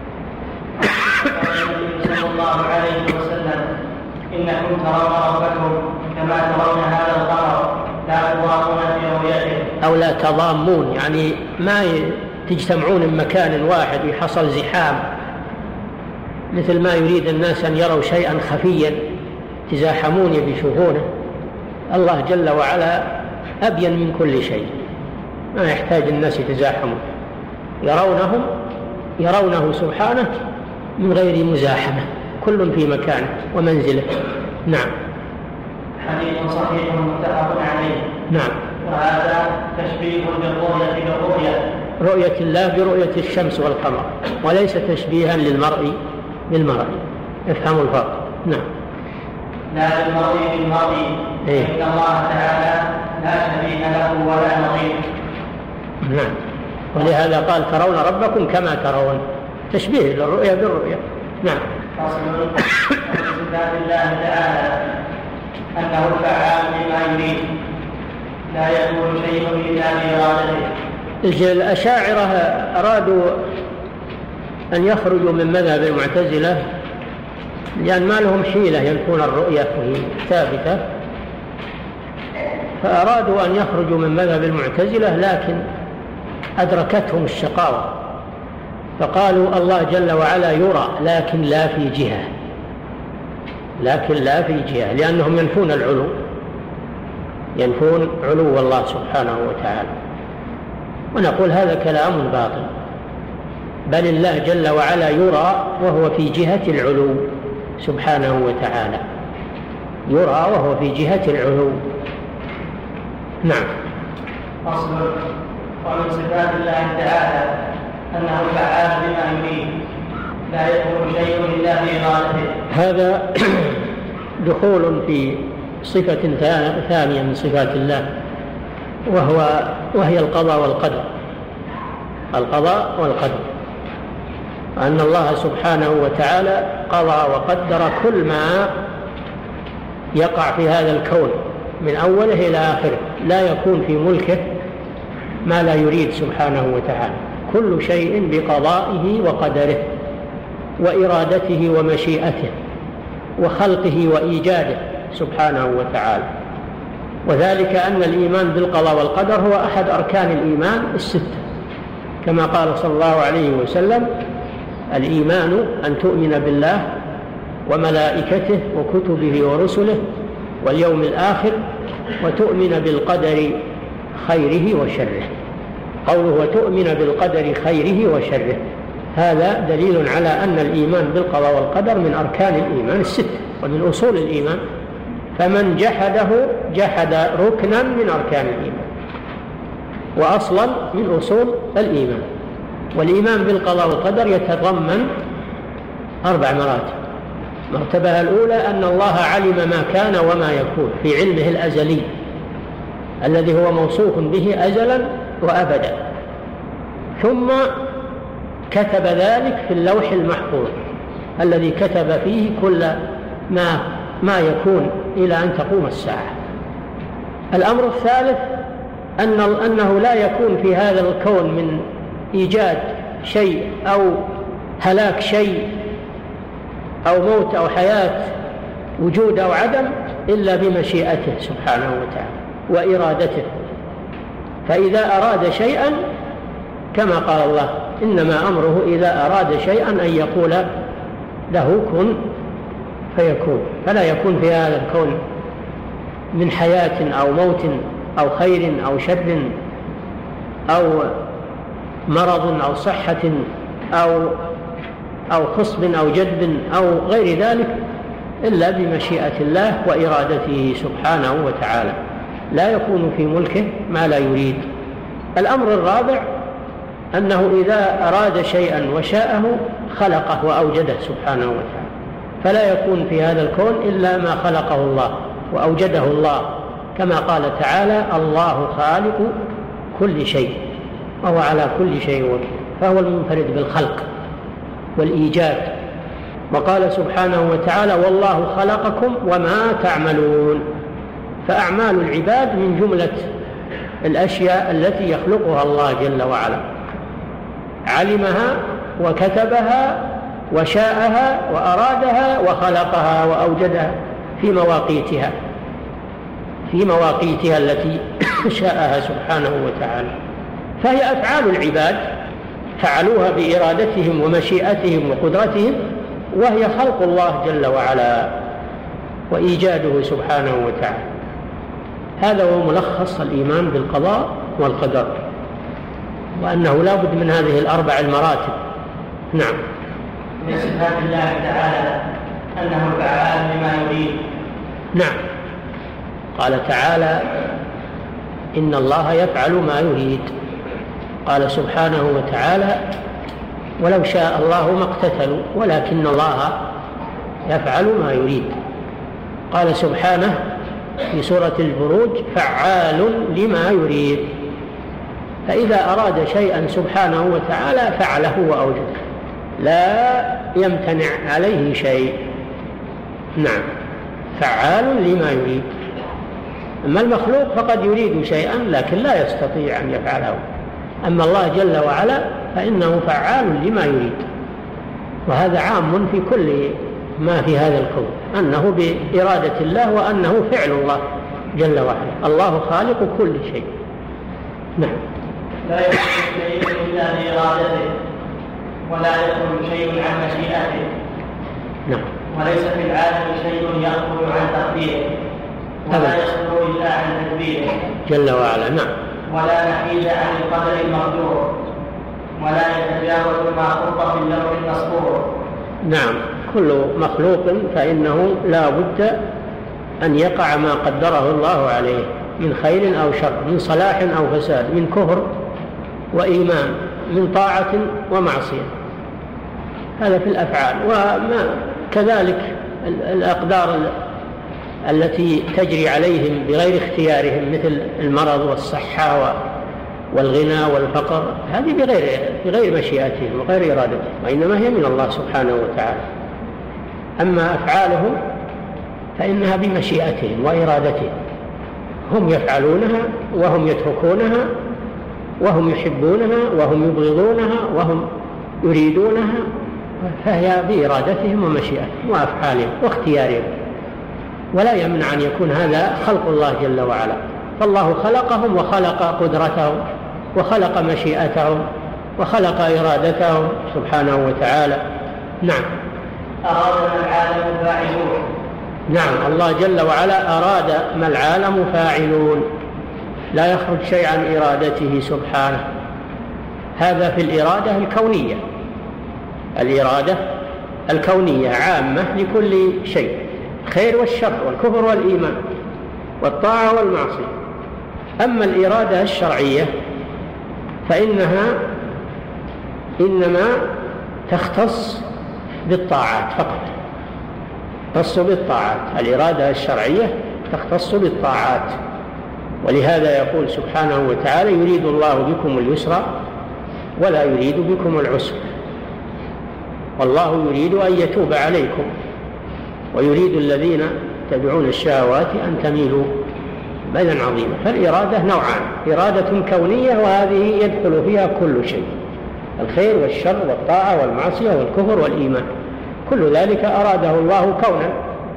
قال النبي صلى الله عليه وسلم: إنكم ترون ربكم كما ترون هذا القمر لا تضامون في رؤيته. أو لا تضامون، يعني ما تجتمعون من مكان واحد ويحصل زحام، مثل ما يريد الناس أن يروا شيئا خفيا تزاحمون بيشوفونه. الله جل وعلا أبين من كل شيء، ما يحتاج الناس يتزاحمون، يرونهم يرونه سبحانه من غير مزاحمة، كل في مكانه ومنزله. نعم. حديث صحيح متفق عليه. نعم. وهذا تشبيه بالرؤية بالرؤية، رؤية الله برؤية الشمس والقمر، وليس تشبيها للمرء بالمرء. افهموا الفرق. نعم. لا للمرء بالمرء، إيه؟ إن الله تعالى لا شبيه له ولا نظير. نعم. ولهذا قال: ترون ربكم كما ترون، تشبيه للرؤية بالرؤية. نعم. فصل في صفات الله تعالى أنه الفعال لما يريد، لا يكون شيء إلا بإرادته. الأشاعرة أرادوا أن يخرجوا من مذهب المعتزلة لأن ما لهم حيلة ينفون الرؤية وهي ثابتة، فأرادوا أن يخرجوا من مذهب المعتزلة، لكن أدركتهم الشقاوة فقالوا الله جل وعلا يرى لكن لا في جهة، لكن لا في جهة، لأنهم ينفون العلو، ينفون علو الله سبحانه وتعالى. ونقول هذا كلام باطل، بل الله جل وعلا يرى وهو في جهة العلو سبحانه وتعالى، يرى وهو في جهة العلو. نعم. فصل. ومن صفات الله تعالى أنه فعال بما يريد، لا يكون شيء إلا بإرادته. هذا دخول في صفة ثانية من صفات الله، وهو وهي القضاء والقدر. القضاء والقدر، أن الله سبحانه وتعالى قضى وقدر كل ما يقع في هذا الكون من أوله إلى آخره، لا يكون في ملكه ما لا يريد سبحانه وتعالى، كل شيء بقضائه وقدره وإرادته ومشيئته وخلقه وإيجاده سبحانه وتعالى. وذلك أن الإيمان بالقضاء والقدر هو أحد أركان الإيمان الستة، كما قال صلى الله عليه وسلم: الإيمان أن تؤمن بالله وملائكته وكتبه ورسله واليوم الآخر وتؤمن بالقدر خيره وشره. قوله وتؤمن بالقدر خيره وشره هذا دليل على أن الإيمان بالقضاء والقدر من أركان الإيمان الستة ومن أصول الإيمان، فمن جحده جحد ركنا من أركان الإيمان وأصلا من أصول الإيمان. والإيمان بالقضاء والقدر يتضمن أربع مراتب. مرتبة الأولى أن الله علم ما كان وما يكون في علمه الأزلي الذي هو موصوف به أزلا وأبدا، ثم كتب ذلك في اللوح المحفوظ الذي كتب فيه كل ما ما يكون إلى أن تقوم الساعة. الأمر الثالث أن أنه لا يكون في هذا الكون من إيجاد شيء أو هلاك شيء أو موت أو حياة، وجود أو عدم، إلا بمشيئته سبحانه وتعالى وإرادته. فإذا أراد شيئا كما قال الله: إنما أمره إذا أراد شيئا أن يقول له كن فيكون. فلا يكون في هذا الكون من حياة أو موت أو خير أو شر أو مرض أو صحة أو أو خصب أو جدب أو غير ذلك إلا بمشيئة الله وإرادته سبحانه وتعالى، لا يكون في ملكه ما لا يريد. الأمر الرابع أنه إذا أراد شيئا وشاءه خلقه وأوجده سبحانه وتعالى، فلا يكون في هذا الكون إلا ما خلقه الله وأوجده الله، كما قال تعالى: الله خالق كل شيء وهو على كل شيء وكيل، فهو المنفرد بالخلق والإيجاد. وقال سبحانه وتعالى: والله خلقكم وما تعملون. فأعمال العباد من جملة الأشياء التي يخلقها الله جل وعلا، علمها وكتبها وشاءها وأرادها وخلقها وأوجدها في مواقيتها في مواقيتها التي شاءها سبحانه وتعالى. فهي أفعال العباد فعلوها بإرادتهم ومشيئتهم وقدرتهم، وهي خلق الله جل وعلا وإيجاده سبحانه وتعالى. هذا هو ملخص الإيمان بالقضاء والقدر، وأنه لا بد من هذه الأربع المراتب. نعم. من صفات الله تعالى أنه فعال بما يريد. نعم. قال تعالى: إن الله يفعل ما يريد. قال سبحانه وتعالى: ولو شاء الله ما اقتتلوا ولكن الله يفعل ما يريد. قال سبحانه في سورة البروج: فعال لما يريد. فإذا أراد شيئا سبحانه وتعالى فعله وأوجده، لا يمتنع عليه شيء. نعم، فعال لما يريد. أما المخلوق فقد يريد شيئا لكن لا يستطيع أن يفعله، أما الله جل وعلا فإنه فعال لما يريد. وهذا عام في كل ما في هذا الكون، أنه بإرادة الله وأنه فعل الله جل وعلا. الله خالق كل شيء. نعم. لا يكون شيء إلا بإرادته، ولا يخرج شيء عن مشيئته. نعم. وليس في العالم شيء يخرج عن تقديره ولا يصدر إلا عن تدبيره جل وعلا. نعم. ولا نحيد عن القدر المقدور ولا يتجاوز ما خط في اللوح المسطور. نعم. كل مخلوق فإنه لا بد أن يقع ما قدره الله عليه من خير أو شر، من صلاح أو فساد، من كفر وإيمان، من طاعة ومعصية. هذا في الأفعال. وما كذلك الأقدار التي تجري عليهم بغير اختيارهم مثل المرض والصحة والغنى والفقر، هذه بغير, بغير مشيئتهم وغير إرادتهم، وإنما هي من الله سبحانه وتعالى. أما أفعالهم فإنها بمشيئتهم وإرادتهم، هم يفعلونها وهم يتركونها وهم يحبونها وهم يبغضونها وهم يريدونها، فهي بإرادتهم ومشيئتهم وأفعالهم واختيارهم. ولا يمنع أن يكون هذا خلق الله جل وعلا، فالله خلقهم وخلق قدرتهم وخلق مشيئتهم وخلق إرادتهم سبحانه وتعالى. نعم. أراد ما العالم فاعلون. نعم. الله جل وعلا أراد ما العالم فاعلون، لا يخرج شيء عن إرادته سبحانه. هذا في الإرادة الكونية، الإرادة الكونية عامة لكل شيء، خير والشر والكفر والإيمان والطاعة والمعصية. أما الإرادة الشرعية فإنها إنما تختص بالطاعات فقط، تختص بالطاعات. الإرادة الشرعية تختص بالطاعات، ولهذا يقول سبحانه وتعالى: يريد الله بكم اليسر ولا يريد بكم العسر، والله يريد أن يتوب عليكم ويريد الذين تدعون الشهوات أن تميلوا ميلا عظيما. فالإرادة نوعان: إرادة كونية، وهذه يدخل فيها كل شيء، الخير والشر والطاعة والمعصية والكفر والإيمان، كل ذلك أراده الله كونا.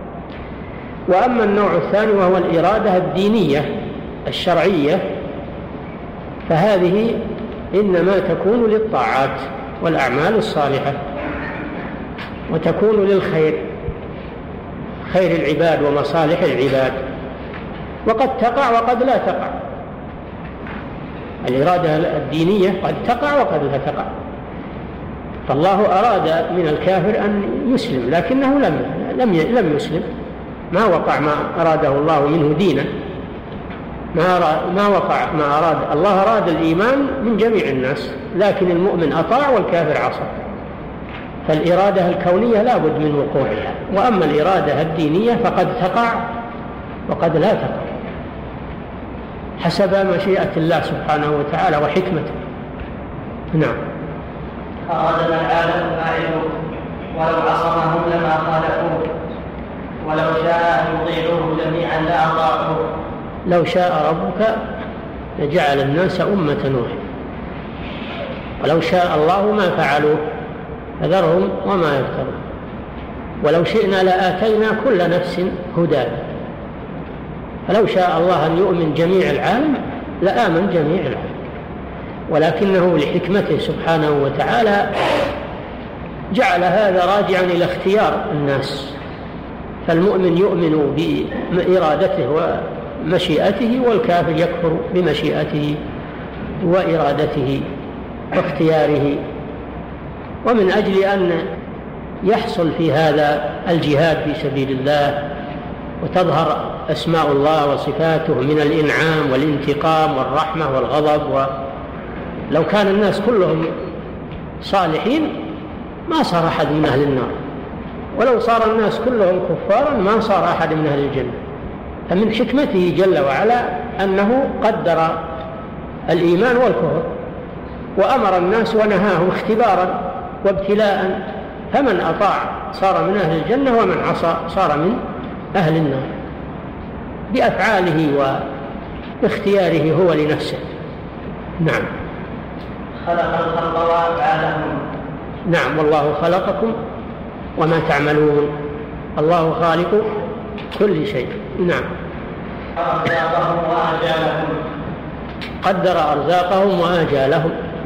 وأما النوع الثاني وهو الإرادة الدينية الشرعية، فهذه إنما تكون للطاعات والأعمال الصالحة، وتكون للخير، خير العباد ومصالح العباد، وقد تقع وقد لا تقع. الإرادة الدينية قد تقع وقد لا تقع. فالله أراد من الكافر أن يسلم، لكنه لم لم لم يسلم، ما وقع ما أراده الله منه دينا، ما ما وقع ما أراد الله. أراد الإيمان من جميع الناس، لكن المؤمن أطاع والكافر عصى. فالإرادة الكونية لا بد من وقوعها، وأما الإرادة الدينية فقد تقع وقد لا تقع حسب مشيئة الله سبحانه وتعالى وحكمته. نعم. أراد ما العالم فاعلون ولو عصمهم لما خالفوه ولو شاء أن يطيعوه جميعا لأطاعوه. لو شاء ربك لجعل الناس أمة واحدة، ولو شاء الله ما فعلوه فذرهم وما يفترون، ولو شئنا لآتينا كل نفس هداها. فلو شاء الله أن يؤمن جميع العالم لآمن جميع العالم، ولكنه لحكمته سبحانه وتعالى جعل هذا راجعا إلى اختيار الناس. فالمؤمن يؤمن بإرادته ومشيئته، والكافر يكفر بمشيئته وإرادته واختياره. ومن أجل أن يحصل في هذا الجهاد في سبيل الله وتظهر أسماء الله وصفاته من الإنعام والانتقام والرحمة والغضب، ولو كان الناس كلهم صالحين ما صار أحد من أهل النار، ولو صار الناس كلهم كفارا ما صار أحد من أهل الجنة. فمن حكمته جل وعلا أنه قدر الإيمان والكفر، وأمر الناس ونهاهم اختبارا وابتلاء، فمن أطاع صار من أهل الجنة ومن عصى صار من أهل النار، بأفعاله واختياره هو لنفسه. نعم. خلق الخلق وأفعالهم. نعم. والله خلقكم وما تعملون، الله خالق كل شيء. نعم. أرزاقهم وآجالهم. قدر أرزاقهم وآجالهم،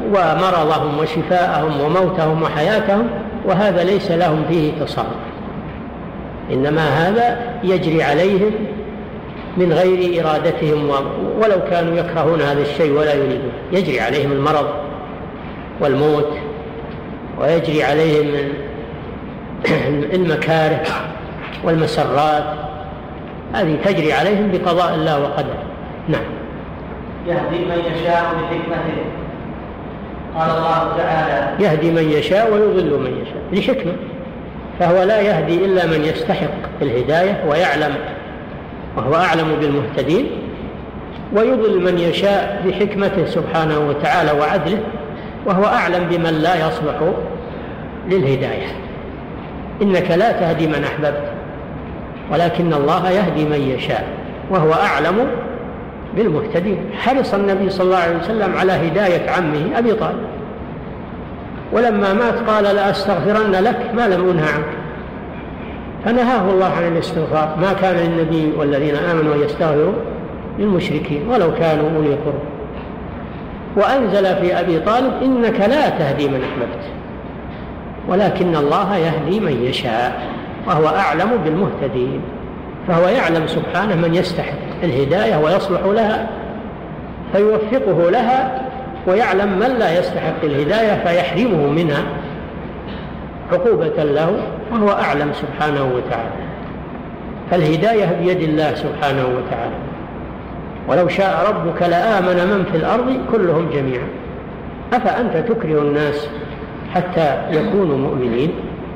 ومرضهم وشفاءهم وموتهم وحياتهم، وهذا ليس لهم فيه تصرف، إنما هذا يجري عليهم من غير إرادتهم، ولو كانوا يكرهون هذا الشيء ولا يريدون. يجري عليهم المرض والموت، ويجري عليهم المكاره والمسرات، هذه تجري عليهم بقضاء الله وقدره. نعم. يهدي من يشاء بحكمته. قال الله تعالى: يهدي من يشاء ويضل من يشاء لحكمة، فهو لا يهدي إلا من يستحق الهداية ويعلم، وهو أعلم بالمهتدين، ويضل من يشاء بحكمته سبحانه وتعالى وعدله، وهو أعلم بمن لا يصلح للهداية. إنك لا تهدي من أحببت ولكن الله يهدي من يشاء، وهو أعلم بالمهتدين. حرص النبي صلى الله عليه وسلم على هداية عمه أبي طالب، ولما مات قال: لأستغفرن لك ما لم أنه عنك، فنهاه الله عن الاستغفار. ما كان للنبي والذين آمنوا يستغفروا للمشركين ولو كانوا أولي قربى. وأنزل في أبي طالب: إنك لا تهدي من أحببت ولكن الله يهدي من يشاء، وهو أعلم بالمهتدين. فهو يعلم سبحانه من يستحق الهداية ويصلح لها فيوفقه لها، ويعلم من لا يستحق الهداية فيحرمه منها عقوبة له، وهو أعلم سبحانه وتعالى. فالهداية بيد الله سبحانه وتعالى، ولو شاء ربك لآمن من في الأرض كلهم جميعا، أفأنت تكره الناس حتى يكونوا مؤمنين؟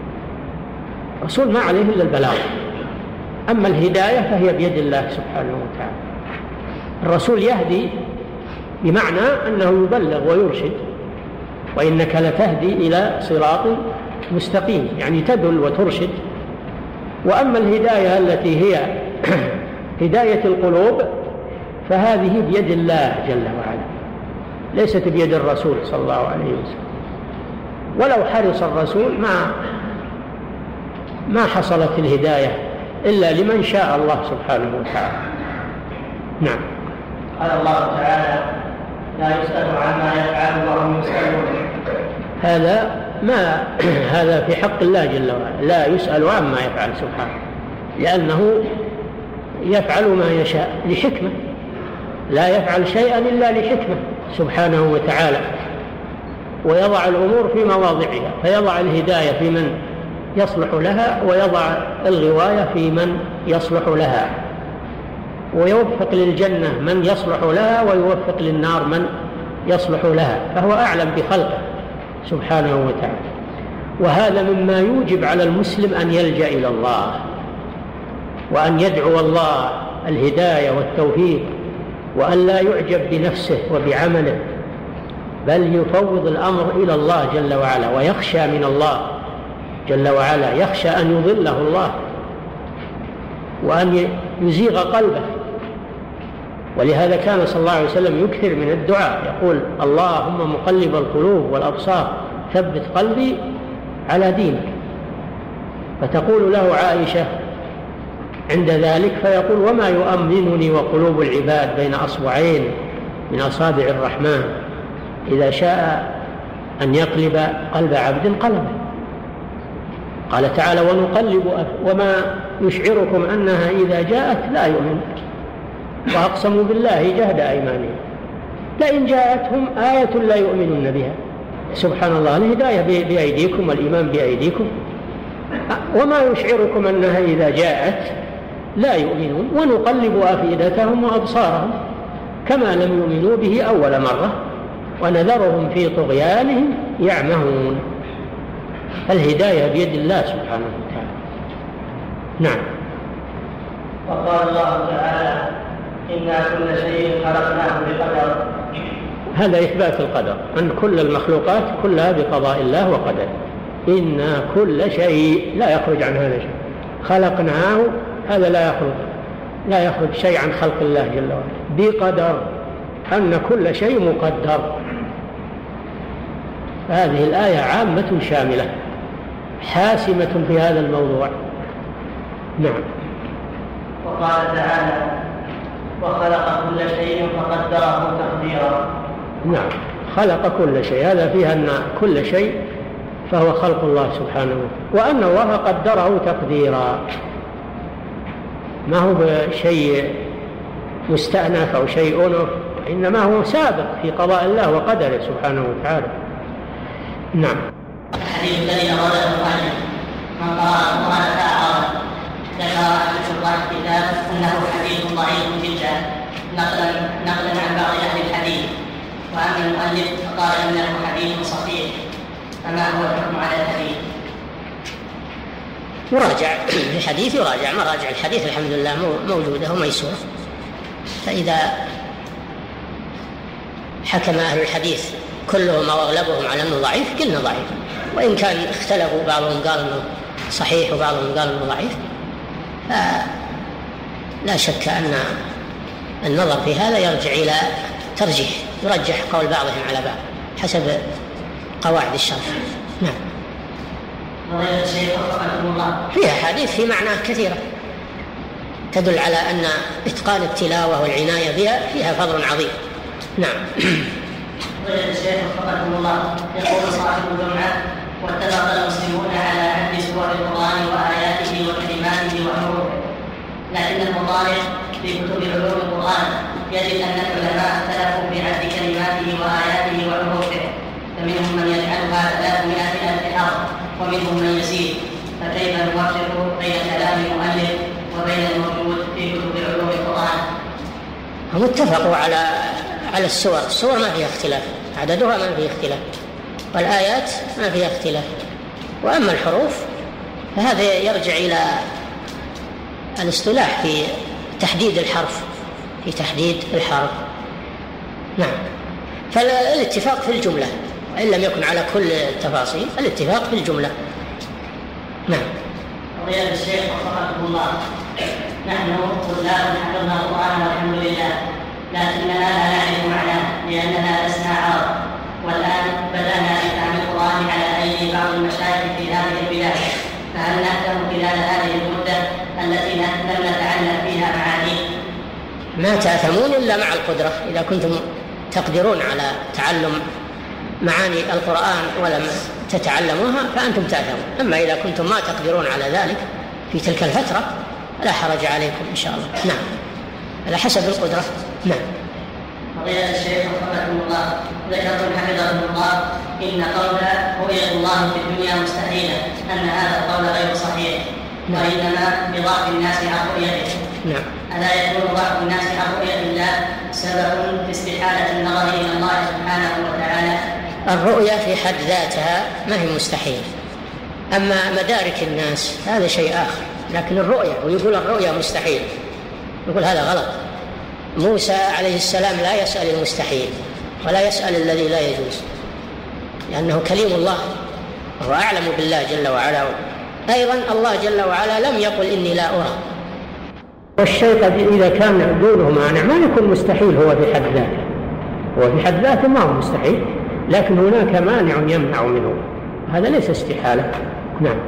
الرسول ما عليه إلا البلاغ، أما الهداية فهي بيد الله سبحانه وتعالى. الرسول يهدي بمعنى أنه يبلغ ويرشد، وإنك لتهدي إلى صراط مستقيم، يعني تدل وترشد. وأما الهداية التي هي هداية القلوب فهذه بيد الله جل وعلا، ليست بيد الرسول صلى الله عليه وسلم. ولو حرص الرسول ما ما حصلت الهداية إلا لمن شاء الله سبحانه وتعالى. نعم. قال الله تعالى: لا يسأل عما يفعل وهم يسألون. هذا ما هذا في حق الله جل وعلا، لا يسأل عما يفعل سبحانه، لأنه يفعل ما يشاء لحكمة، لا يفعل شيئا إلا لحكمة سبحانه وتعالى، ويضع الأمور في مواضعها، فيضع الهداية في من يصلح لها، ويضع الغواية في من يصلح لها، ويوفق للجنة من يصلح لها، ويوفق للنار من يصلح لها، فهو أعلم بخلقه سبحانه وتعالى. وهذا مما يوجب على المسلم أن يلجأ إلى الله، وأن يدعو الله الهداية والتوفيق، وأن لا يعجب بنفسه وبعمله، بل يفوض الأمر إلى الله جل وعلا، ويخشى من الله جل وعلا، يخشى أن يضله الله وأن يزيغ قلبه. ولهذا كان صلى الله عليه وسلم يكثر من الدعاء، يقول: اللهم مقلب القلوب والأبصار ثبت قلبي على دينك. فتقول له عائشة عند ذلك، فيقول: وما يؤمنني وقلوب العباد بين أصبعين من أصابع الرحمن، إذا شاء أن يقلب قلب عبد قلبه. قال تعالى: ونقلب أف... وما يشعركم أنها إذا جاءت لا يؤمن، وأقسموا بالله جهد أيمانهم لئن جاءتهم آية لا يؤمنون بها. سبحان الله، الهداية بأيديكم والإيمان بأيديكم. وما يشعركم أنها إذا جاءت لا يؤمنون، ونقلب أفئدتهم وأبصارهم كما لم يؤمنوا به أول مرة، ونذرهم في طغيانهم يعمهون. الهداية بيد الله سبحانه وتعالى. نعم. وقال الله تعالى: إنا كل شيء خلقناه بقدر. هذا إثبات القدر، أن كل المخلوقات كلها بقضاء الله وقدره. إنا كل شيء، لا يخرج عن هذا شيء، خلقناه، هذا لا يخرج لا يخرج شيء عن خلق الله جل وعلا، بقدر، أن كل شيء مقدر. هذه الآية عامة شاملة حاسمة في هذا الموضوع. نعم. وقال تعالى: وخلق كل شيء فقدره تقديرا. نعم، خلق كل شيء، هذا فيها أن كل شيء فهو خلق الله سبحانه وتعالى، وأن الله قدره تقديرا، ما هو بشيء مستأنف أو شيء أنف، إنما هو سابق في قضاء الله وقدره سبحانه وتعالى. نعم. الحديث الذي أراده المؤلف من قرأ القرآن فأعرض، ذكر عن شراح الكتاب أنه حديث ضعيف جدا نقلا نقلا عن بعض أهل الحديث، وأما المؤلف فقال إنه حديث صحيح، فما هو الحكم على الحديث؟ يراجع الحديث، يراجع مراجع الحديث الحمد لله موجودة وميسورة، فإذا حكم أهل الحديث كلهم أو أغلبهم على أنه ضعيف قلنا ضعيف، وإن كان اختلفوا بعضهم قال أنه صحيح وبعضهم قال أنه ضعيف، لا شك أن النظر في هذا يرجع إلى ترجيح، يرجح قول بعضهم على بعض حسب قواعد الشرع. نعم. فيها حديث في معناه كثيرة تدل على أن إتقان التلاوة والعناية بها فيها فضل عظيم. نعم. الشيخ وفقكم الله، يقول صاحب الجمعة: واتفق المسلمون على عد سور القرآن وآياته وكلماته وحروفه، لكن المطالع في كتب علوم القرآن يجد أن العلماء اختلفوا في عد كلماته وآياته وحروفه، فمنهم من يجعلها ثلاثمائة ألف حرف ومنهم من يزيد، فكيف نوفق بين كلام المؤلف وبين الموجود في كتب علوم القرآن؟ هم اتفقوا على على السور، السور ما فيها اختلاف، عددها ما فيه اختلاف، والآيات ما فيها اختلاف، وأما الحروف فهذا يرجع إلى الاصطلاح في تحديد الحرف، في تحديد الحرف. نعم. فالاتفاق في الجملة، وإن لم يكن على كل التفاصيل، الاتفاق في الجملة. نعم. فضيلة الشيخ وفقكم الله، نحن طلاب حفظنا القرآن والحمد لله، لكننا لا نعرف معناه لأننا لسنا عرب، والآن بدأنا بفهم القرآن على أيدي بعض المشايخ في هذه البلاد، فهل نهتم خلال هذه المدة التي لم نتعلم فيها معانيه؟ ما تأثمون إلا مع القدرة، إذا كنتم تقدرون على تعلم معاني القرآن ولم تتعلموها فأنتم تأثمون، أما إذا كنتم ما تقدرون على ذلك في تلك الفترة لا حرج عليكم إن شاء الله. نعم، على حسب القدرة. نعم. فضيلة الشيخ وفقكم الله، ذكرتم حفظكم الله إن قول رؤية الله في الدنيا مستحيلة، أن هذا القول غير صحيح، نعم. وإنما بضعف الناس عن رؤيته. نعم. ألا يكون ضعف الناس عن رؤية الله سبب في استحالة النظر إلى الله سبحانه وتعالى؟ الرؤية في حد ذاتها ما هي مستحيل، أما مدارك الناس هذا شيء آخر، لكن الرؤية، ويقول الرؤية مستحيل، يقول هذا غلط. موسى عليه السلام لا يسأل المستحيل ولا يسأل الذي لا يجوز، لأنه كليم الله وهو أعلم بالله جل وعلا. أيضا الله جل وعلا لم يقل إني لا أرى. والشيء قد إذا كان دونه مانع ما يكون مستحيل هو في حد ذاته، هو في حد ذاته ما هو مستحيل، لكن هناك مانع يمنع منه، هذا ليس استحالة. نعم.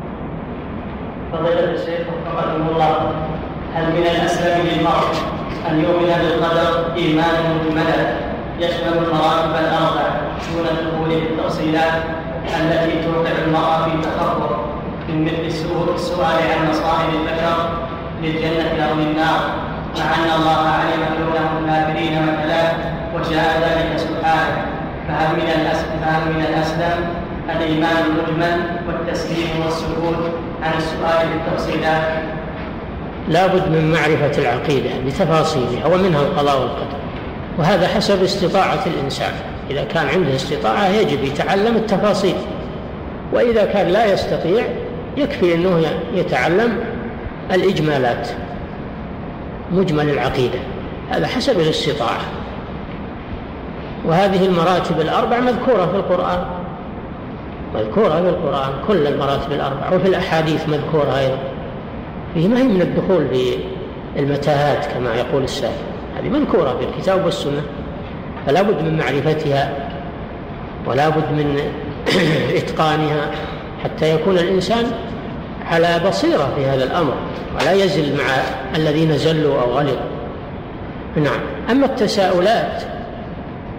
فضيلة الشيخ وفقكم الله، هل من الأسلم للمرء أن يؤمن بالقدر إيمانا مجملا يشمل المراتب الأربع دون الدخول في التفصيلات التي توقع المرأة في تخبر، من مثل السؤال عن مصائب البشر للجنة أو للنار، مع أن الله علم كونهم كافرين مثلا وجاء ذلك سبحانه، فهل من الأسلم فهل من الأسلم الإيمان المجمل والتسليم والسكوت عن السؤال بالتفصيلات؟ لا بد من معرفة العقيدة بتفاصيلها ومنها القضاء والقدر، وهذا حسب استطاعة الإنسان، إذا كان عنده استطاعة يجب يتعلم التفاصيل، وإذا كان لا يستطيع يكفي أنه يتعلم الإجمالات، مجمل العقيدة، هذا حسب الاستطاعة. وهذه المراتب الأربع مذكورة في القرآن، مذكورة في القرآن كل المراتب الأربع، وفي الأحاديث مذكورة أيضا، فيه ما هي من الدخول في المتاهات كما يقول السائل، هذه مذكورة في الكتاب والسنة، فلا بد من معرفتها ولا بد من إتقانها حتى يكون الإنسان على بصيرة في هذا الأمر ولا يزل مع الذين زلوا أو غلوا. نعم. أما التساؤلات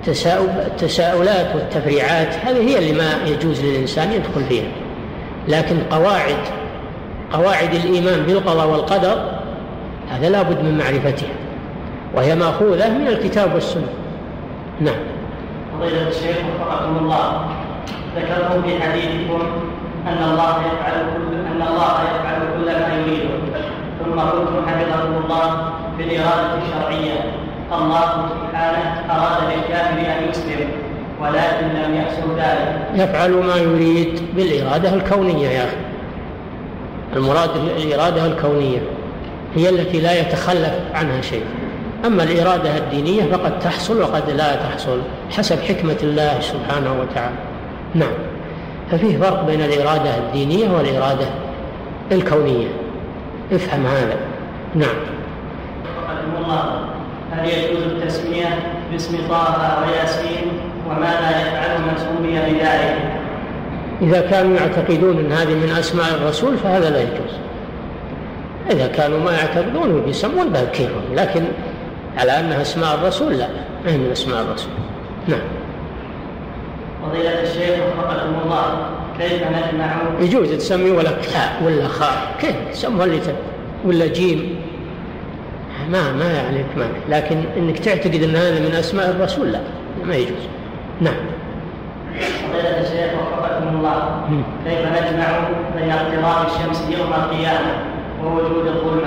التساؤلات والتفريعات هذه هي اللي ما يجوز للإنسان يدخل فيها، لكن قواعد قواعد الإيمان بالقضاء والقدر هذا لا بد من معرفتها، وهي مأخوذة من الكتاب والسنة. نعم. فضيلة الشيخ وفقكم الله، ذكرتم في حديثكم أن الله يفعل كل أن الله يفعل كل ما يريده، ثم قلتم حفظكم الله بالإرادة الشرعية الله سبحانه أراد للكافر أن يسلم ولكن لم يحصل ذلك. يفعل ما يريد بالإرادة الكونية يا أخي، المراد الإرادة الكونية هي التي لا يتخلف عنها شيء، أما الإرادة الدينية فقد تحصل وقد لا تحصل حسب حكمة الله سبحانه وتعالى. نعم. ففيه فرق بين الإرادة الدينية والإرادة الكونية، افهم هذا. نعم. الله، هل يجوز التسمية باسم طه وياسين وماذا يفعل من سمي بذلك؟ إذا كانوا يعتقدون أن هذه من أسماء الرسول فهذا لا يجوز، إذا كانوا ما يعتقدون ويسمون بها كيفهم، لكن على أنها أسماء الرسول لا، ما هي من أسماء الرسول. نعم. فضيلة الشيخ وفقكم الله، كيف نجمع؟ يجوز تسمي ولا كاء ولا خاء، كيف تسمى اللي ولا جيم، ما ما يعني مانع، لكن انك تعتقد ان هذا من اسماء الرسول لا، ما يجوز. نعم. فضيلة الشيخ وفقكم الله، كيف نجمع بين اقتراب الشمس يوم القيامة ووجود الظلمة؟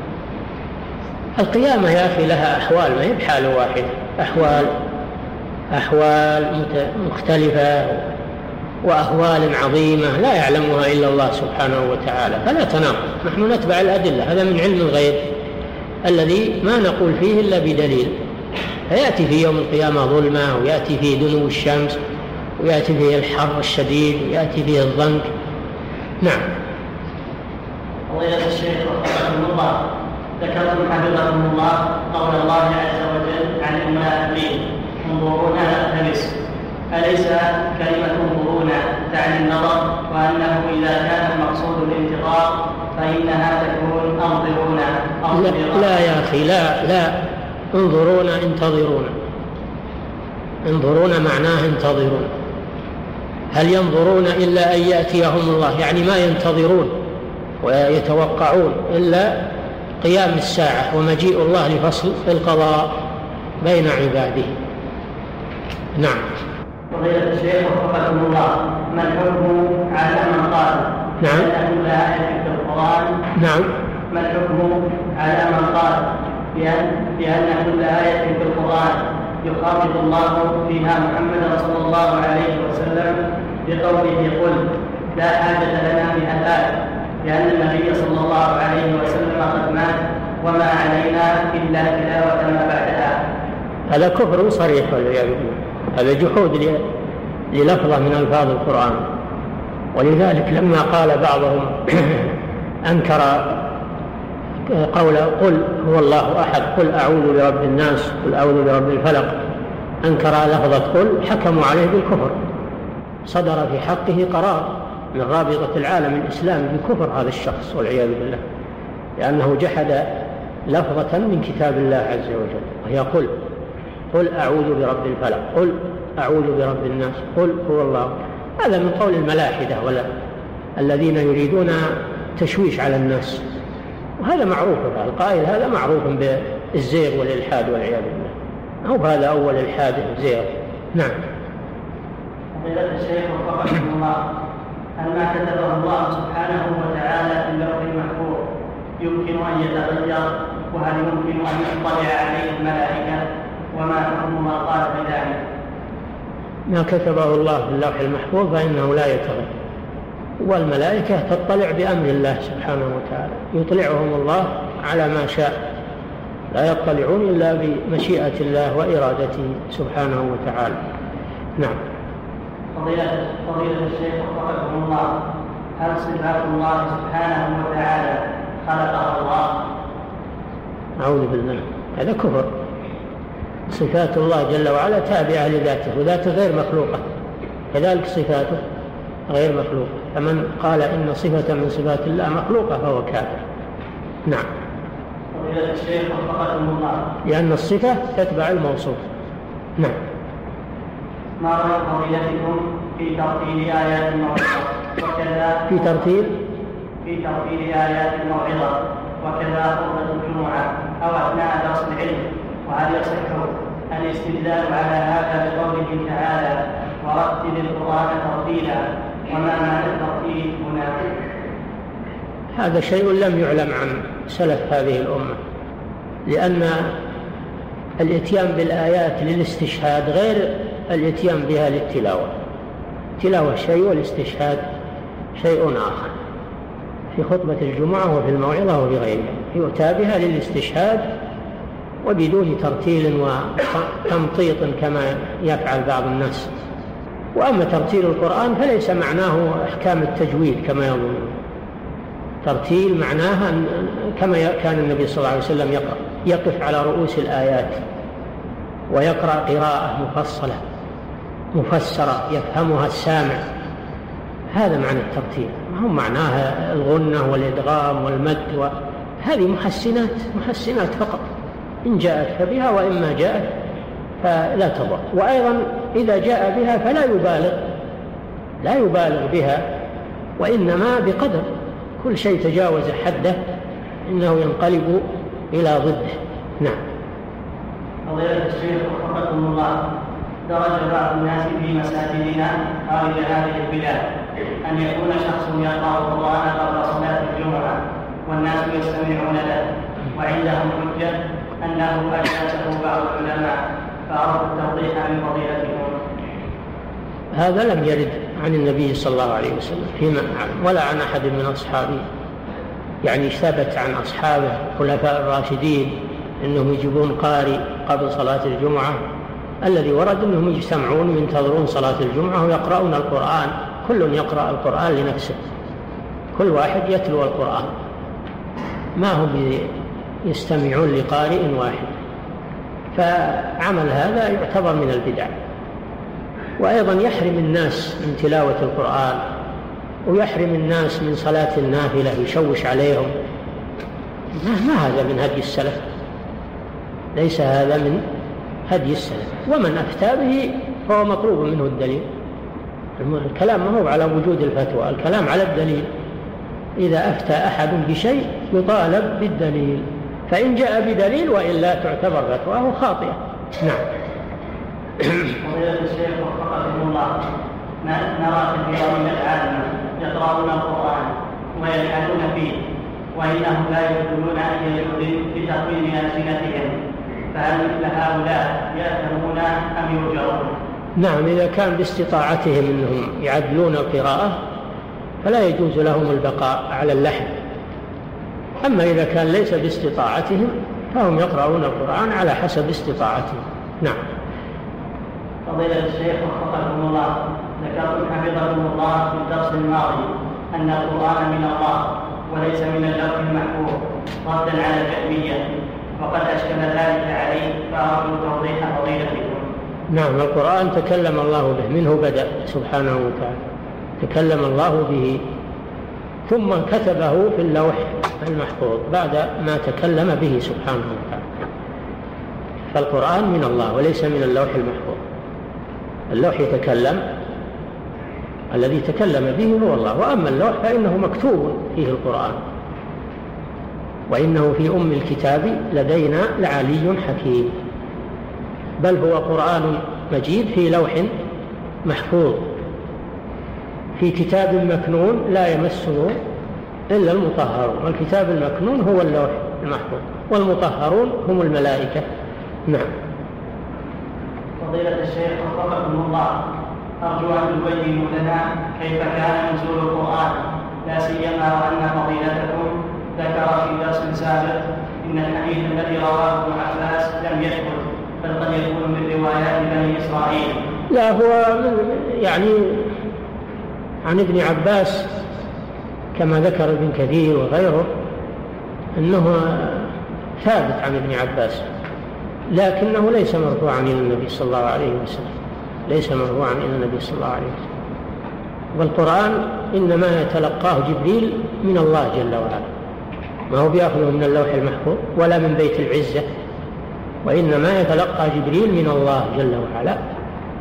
القيامة يا أخي لها أحوال، ما هي بحال واحدة، أحوال أحوال مختلفة وأهوال عظيمة لا يعلمها إلا الله سبحانه وتعالى، فلا تناقض، نحن نتبع الأدلة، هذا من علم الغيب الذي ما نقول فيه إلا بدليل. فيأتي في يوم القيامة ظلمة، ويأتي فيه دنو الشمس، ويأتي فيه الحر الشديد، ويأتي فيه الضنك. نعم. فضيلة الشيخ وفقكم الله، ذكرتم حفظكم الله قول الله عز وجل عن المنافقين انظرونا نقتبس، أليس كلمة انظرونا تعني النظر، وأنه إذا كان المقصود الانتظار فإنها تكون انظرونا؟ لا, لا يا أخي، لا لا انظرونا انتظرونا، انظرونا معناه انتظرون. هل ينظرون إلا أن يأتيهم الله، يعني ما ينتظرون ويتوقعون إلا قيام الساعة ومجيء الله لفصل القضاء بين عباده. نعم. فضيلة الشيخ وفقكم الله، ما الحكم على من قال نعم بأن كل آية في القرآن نعم ما الحكم على من قال بأن, بأن كل آية في القرآن يخاطب الله فيها محمد صلى الله عليه وسلم بقوله قل لا حاجة لنا في الآية، لأن النبي صلى الله عليه وسلم قد مات وما علينا إلا تلاوة ما بعدها؟ هذا كفر صريح والعياذ بالله، هذا جحود للفظة من ألفاظ القرآن. ولذلك لما قال بعضهم أنكر قول قل هو الله أحد، قل أعوذ برب الناس، قل أعوذ برب الفلق، أنكر لفظة قل، حكموا عليه بالكفر، صدر في حقه قرار من رابطة العالم الإسلامي بكفر هذا الشخص والعياذ بالله، لأنه جحد لفظة من كتاب الله عز وجل وهي قل، قل أعوذ برب الفلق، قل أعوذ برب الناس، قل هو الله. هذا من قول الملاحدة ولا الذين يريدون تشويش على الناس، وهذا معروف، القائل هذا معروف بالزيغ والإلحاد والعياذ بالله، هو هذا أول الحاد زيغ. نعم. فضيلة الشيخ وفقكم الله، هل ما كتبه الله سبحانه وتعالى في اللوح المحفوظ يمكن أن يتغير، وهل يمكن أن يطلع عليه الملائكة، وما حكم ما قال بذلك؟ ما كتبه الله في اللوح المحفوظ فإنه لا يتغير، والملائكة تطلع بأمر الله سبحانه وتعالى، يطلعهم الله على ما شاء، لا يطلعون إلا بمشيئة الله وإرادته سبحانه وتعالى. نعم. فضيلة فضيلة الشيخ وفقكم الله، هل صفات الله سبحانه وتعالى خلقها الله؟ أعوذ بالله، هذا كفر. صفات الله جل وعلا تابعة لذاته، وذاته غير مخلوقة، كذلك صفاته غير مخلوقة، فمن قال إن صفة من صفات الله مخلوقة فهو كافر. نعم. فضيلة الشيخ وفقكم الله، لأن الصفة تتبع الموصوف. نعم. ما رأي فضيلتكم في ترتيل آيات الموعظة وكذا في ترتيل في ترتيل آيات الموعظة وكذا خطبة الجمعة أو أثناء درس العلم؟ وهل يصح الاستدلال على هذا بقوله تعالى ورتل القرآن ترتيلا؟ وما معنى الترتيل هنا؟ هذا شيء لم يعلم عن سلف هذه الأمة، لأن الاتيان بالآيات للاستشهاد غير الاتيان بها للتلاوة. التلاوة شيء والاستشهاد شيء آخر. في خطبة الجمعة وفي الموعظة وفي غيرها يؤتى بها للاستشهاد وبدون ترتيل وتمطيط كما يفعل بعض الناس. وأما ترتيل القرآن فليس معناه أحكام التجويد كما يظن. ترتيل معناها كما كان النبي صلى الله عليه وسلم يقرأ يقف على رؤوس الآيات ويقرأ قراءة مفصلة مفسرة يفهمها السامع. هذا معنى الترتيل، ما هو معناها الغنة والإدغام والمد، وهذه محسنات محسنات فقط، إن جاءت فبها وإما جاءت فلا تضر. وأيضا إذا جاء بها فلا يبالغ لا يبالغ بها، وإنما بقدر. كل شيء تجاوز حده إنه ينقلب إلى ضده. نعم. فضيلة الشيخ وفقكم الله، درج بعض الناس في مساجدنا خارج هذه البلاد أن يكون شخص يقرأ القرآن قبل صلاة الجمعة والناس يستمعون له، وعندهم حجة أنه أجازه بعض العلماء، فأردت التوضيح من فضيلتكم. هذا لم يرد عن النبي صلى الله عليه وسلم فيما أعلم ولا عن أحد من أصحابه. يعني ثبت عن أصحابه الخلفاء الراشدين أنهم يجيبون قارئ قبل صلاة الجمعة. الذي ورد أنهم يجتمعون ينتظرون صلاة الجمعة ويقرؤون القرآن، كل يقرأ القرآن لنفسه، كل واحد يتلو القرآن، ما هم يستمعون لقارئ واحد. فعمل هذا يعتبر من البدع. وأيضا يحرم الناس من تلاوة القرآن، ويحرم الناس من صلاة النافلة، يشوش عليهم. ما هذا من هدي السلف، ليس هذا من هدي السلف. ومن أفتى به فهو مطلوب منه الدليل. الكلام ما هو على وجود الفتوى، الكلام على الدليل. إذا أفتى أحد بشيء يطالب بالدليل، فإن جاء بدليل وإلا تعتبر فتواه خاطئة. نعم. فضيلة الشيخ وفقكم الله، نرى كثيرا من العالم يقرؤون القرآن ويلحدون فيه، وإنهم لا يدخلون أي جهد بتقويم ألسنتهم، فهل مثل هؤلاء يأثمون أم يؤجرون؟ نعم، إذا كان باستطاعتهم أنهم يعدلون القراءة فلا يجوز لهم البقاء على اللحن. أما إذا كان ليس باستطاعتهم فهم يقرؤون القرآن على حسب استطاعتهم. نعم. فضيلة الشيخ وفقكم الله، ذكرتم حفظكم الله في الدرس الماضي أن القرآن من الله وليس من اللوح المحفوظ، ردا على الجهمية، وقد أشكل ذلك عليه، فأرجو توضيح فضيلتكم. نعم، القرآن تكلم الله به، منه بدأ سبحانه وتعالى، تكلم الله به ثم كتبه في اللوح المحفوظ بعد ما تكلم به سبحانه وتعالى. فالقرآن من الله وليس من اللوح المحفوظ. اللوح يتكلم، الذي تكلم به هو الله، وأما اللوح فإنه مكتوب فيه القرآن، وإنه في أم الكتاب لدينا لعلي حكيم. بل هو قرآن مجيد في لوح محفوظ في كتاب مكنون لا يمسه إلا المطهرون. والكتاب المكنون هو اللوح المحفوظ، والمطهرون هم الملائكة. نعم. فضيلة الشيخ وفقكم الله، أرجو أن تبينوا لنا كيف كان نزول القرآن، لا سيما وأن فضيلتكم ذكر في درس سابق إن الحديث الذي رواه ابن عباس لم يثبت، بل قد يكون من روايات بني إسرائيل. لا، هو يعني عن ابن عباس كما ذكر ابن كثير وغيره أنه ثابت عن ابن عباس، لكنه ليس مرفوعا إلى النبي صلى الله عليه وسلم، ليس مرفوعا إلى النبي صلى الله عليه وسلم. والقرآن إنما يتلقاه جبريل من الله جل وعلا، ما هو بيأخذه من اللوح المحفوظ ولا من بيت العزة، وإنما يتلقى جبريل من الله جل وعلا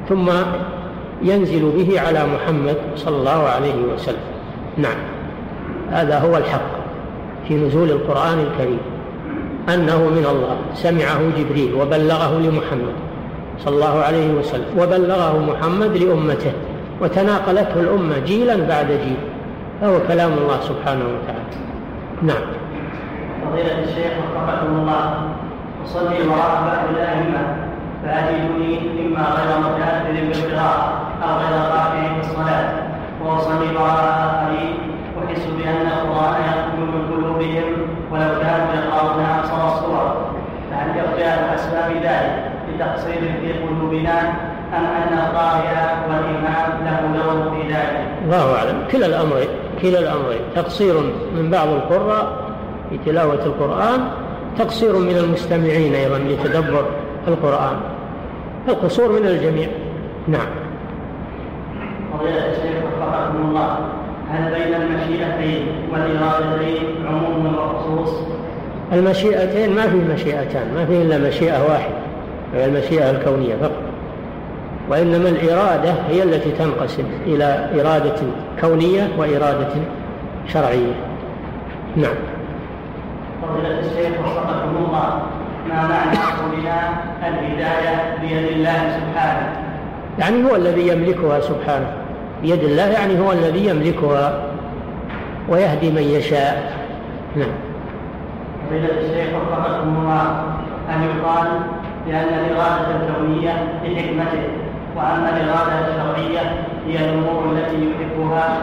ثم ينزل به على محمد صلى الله عليه وسلم. نعم، هذا هو الحق في نزول القرآن الكريم، أنه من الله، سمعه جبريل وبلغه لمحمد صلى الله عليه وسلم، وبلغه محمد لأمته، وتناقلته الأمة جيلا بعد جيل، فهو كلام الله سبحانه وتعالى. نعم. فضيلة الشيخ وفقكم الله، أصلي وراء بعض الأئمة فأجدني إما غير متأثر بالقراءة أو غير راكع في الصلاة، وأصلي وراء آخرين أحس بأن القرآن يخرج من قلوبهم ولو كانوا يقرؤون أقصر الصور، فهل يرجع أسباب ذلك لتقصير في قلوبنا أم أن القارئ والإمام له دور في ذلك؟ الله أعلم. كلا الأمرين كلا الأمرين تقصير من بعض القراء في تلاوة القرآن، تقصير من المستمعين أيضا لتدبر القرآن، القصور من الجميع. نعم. فضيلة الشيخ وفقكم الله، هل بين المشيئتين والإرادتين عموم وخصوص؟ المشيئتين ما في مشيئتان، ما في إلا مشيئة واحدة، هي المشيئة الكونية فقط، وإنما الإرادة هي التي تنقسم إلى إرادة كونية وإرادة شرعية. نعم. فضيلة الشيخ وفقكم الله، ما معنى قولنا الهداية بيد الله سبحانه؟ يعني هو الذي يملكها سبحانه، بيد الله يعني هو الذي يملكها ويهدي من يشاء. نعم. فضيلة الشيخ وفقكم الله، أن يقال بأن الإرادة الكونية لحكمته، وأما الإرادة الشرعية هي الأمور التي يحبها؟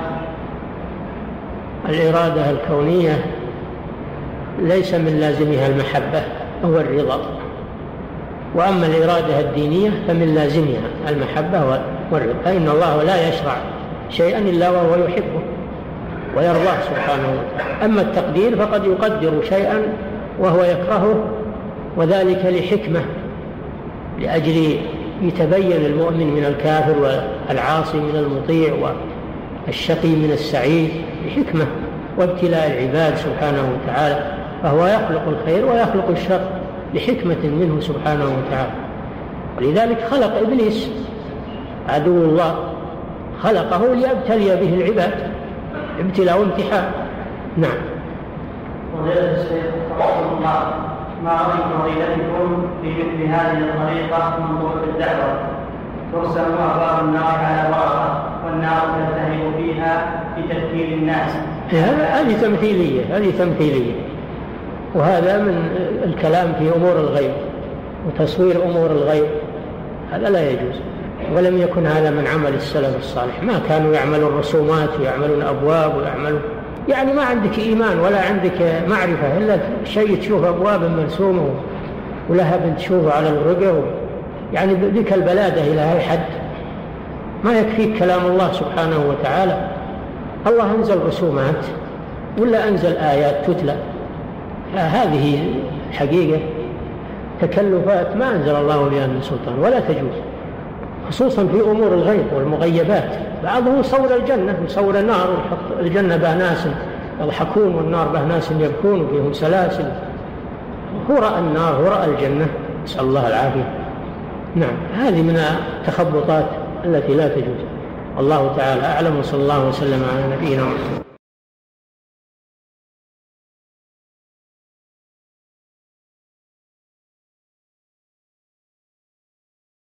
الإرادة الكونية ليس من لازمها المحبة هو الرضا، وأما الإرادة الدينية فمن لازمها المحبة والرضا، فإن الله لا يشرع شيئا إلا وهو يحبه ويرضاه سبحانه وتعالى. أما التقدير فقد يقدر شيئا وهو يكرهه، وذلك لحكمة، لأجل يتبين المؤمن من الكافر والعاصي من المطيع والشقي من السعيد، لحكمة وابتلاء العباد سبحانه وتعالى، فهو يخلق الخير ويخلق الشر لحكمة منه سبحانه وتعالى. ولذلك خلق إبليس عدو الله، خلقه ليبتلي به العباد، ابتلاء وامتحان. نعم. فضيلة الشيخ رحمه الله، ما رأي فضيلتكم في مثل هذه الطريقة من طرق الدعوة؟ ترسم أبواب النار على ورقة والنار تلتهب فيها بتفكير الناس. هذه تمثيلية، هذه تمثيلية، وهذا من الكلام في أمور الغيب وتصوير أمور الغيب، هذا لا يجوز، ولم يكن هذا من عمل السلف الصالح. ما كانوا يعملون رسومات ويعملون أبواب ويعملون، يعني ما عندك إيمان ولا عندك معرفة إلا شيء تشوف أبواب مرسومة ولهب تشوفه على الورقة، يعني بك البلادة إلى هذا الحد. ما يكفيك كلام الله سبحانه وتعالى؟ الله أنزل رسومات ولا أنزل آيات تتلى، هذه حقيقة تكلفات ما أنزل الله بها من سلطان ولا تجوز، خصوصا في أمور الغيب والمغيبات. بعضه صور الجنة وصور النار، ويحط الجنة به ناس يضحكون والنار به ناس يبكون وفيهم سلاسل. هو رأى النار ورأى الجنة، نسأل الله العافية. نعم، هذه من التخبطات التي لا تجوز. والله تعالى أعلم، وصلى الله وسلم على نبينا محمد.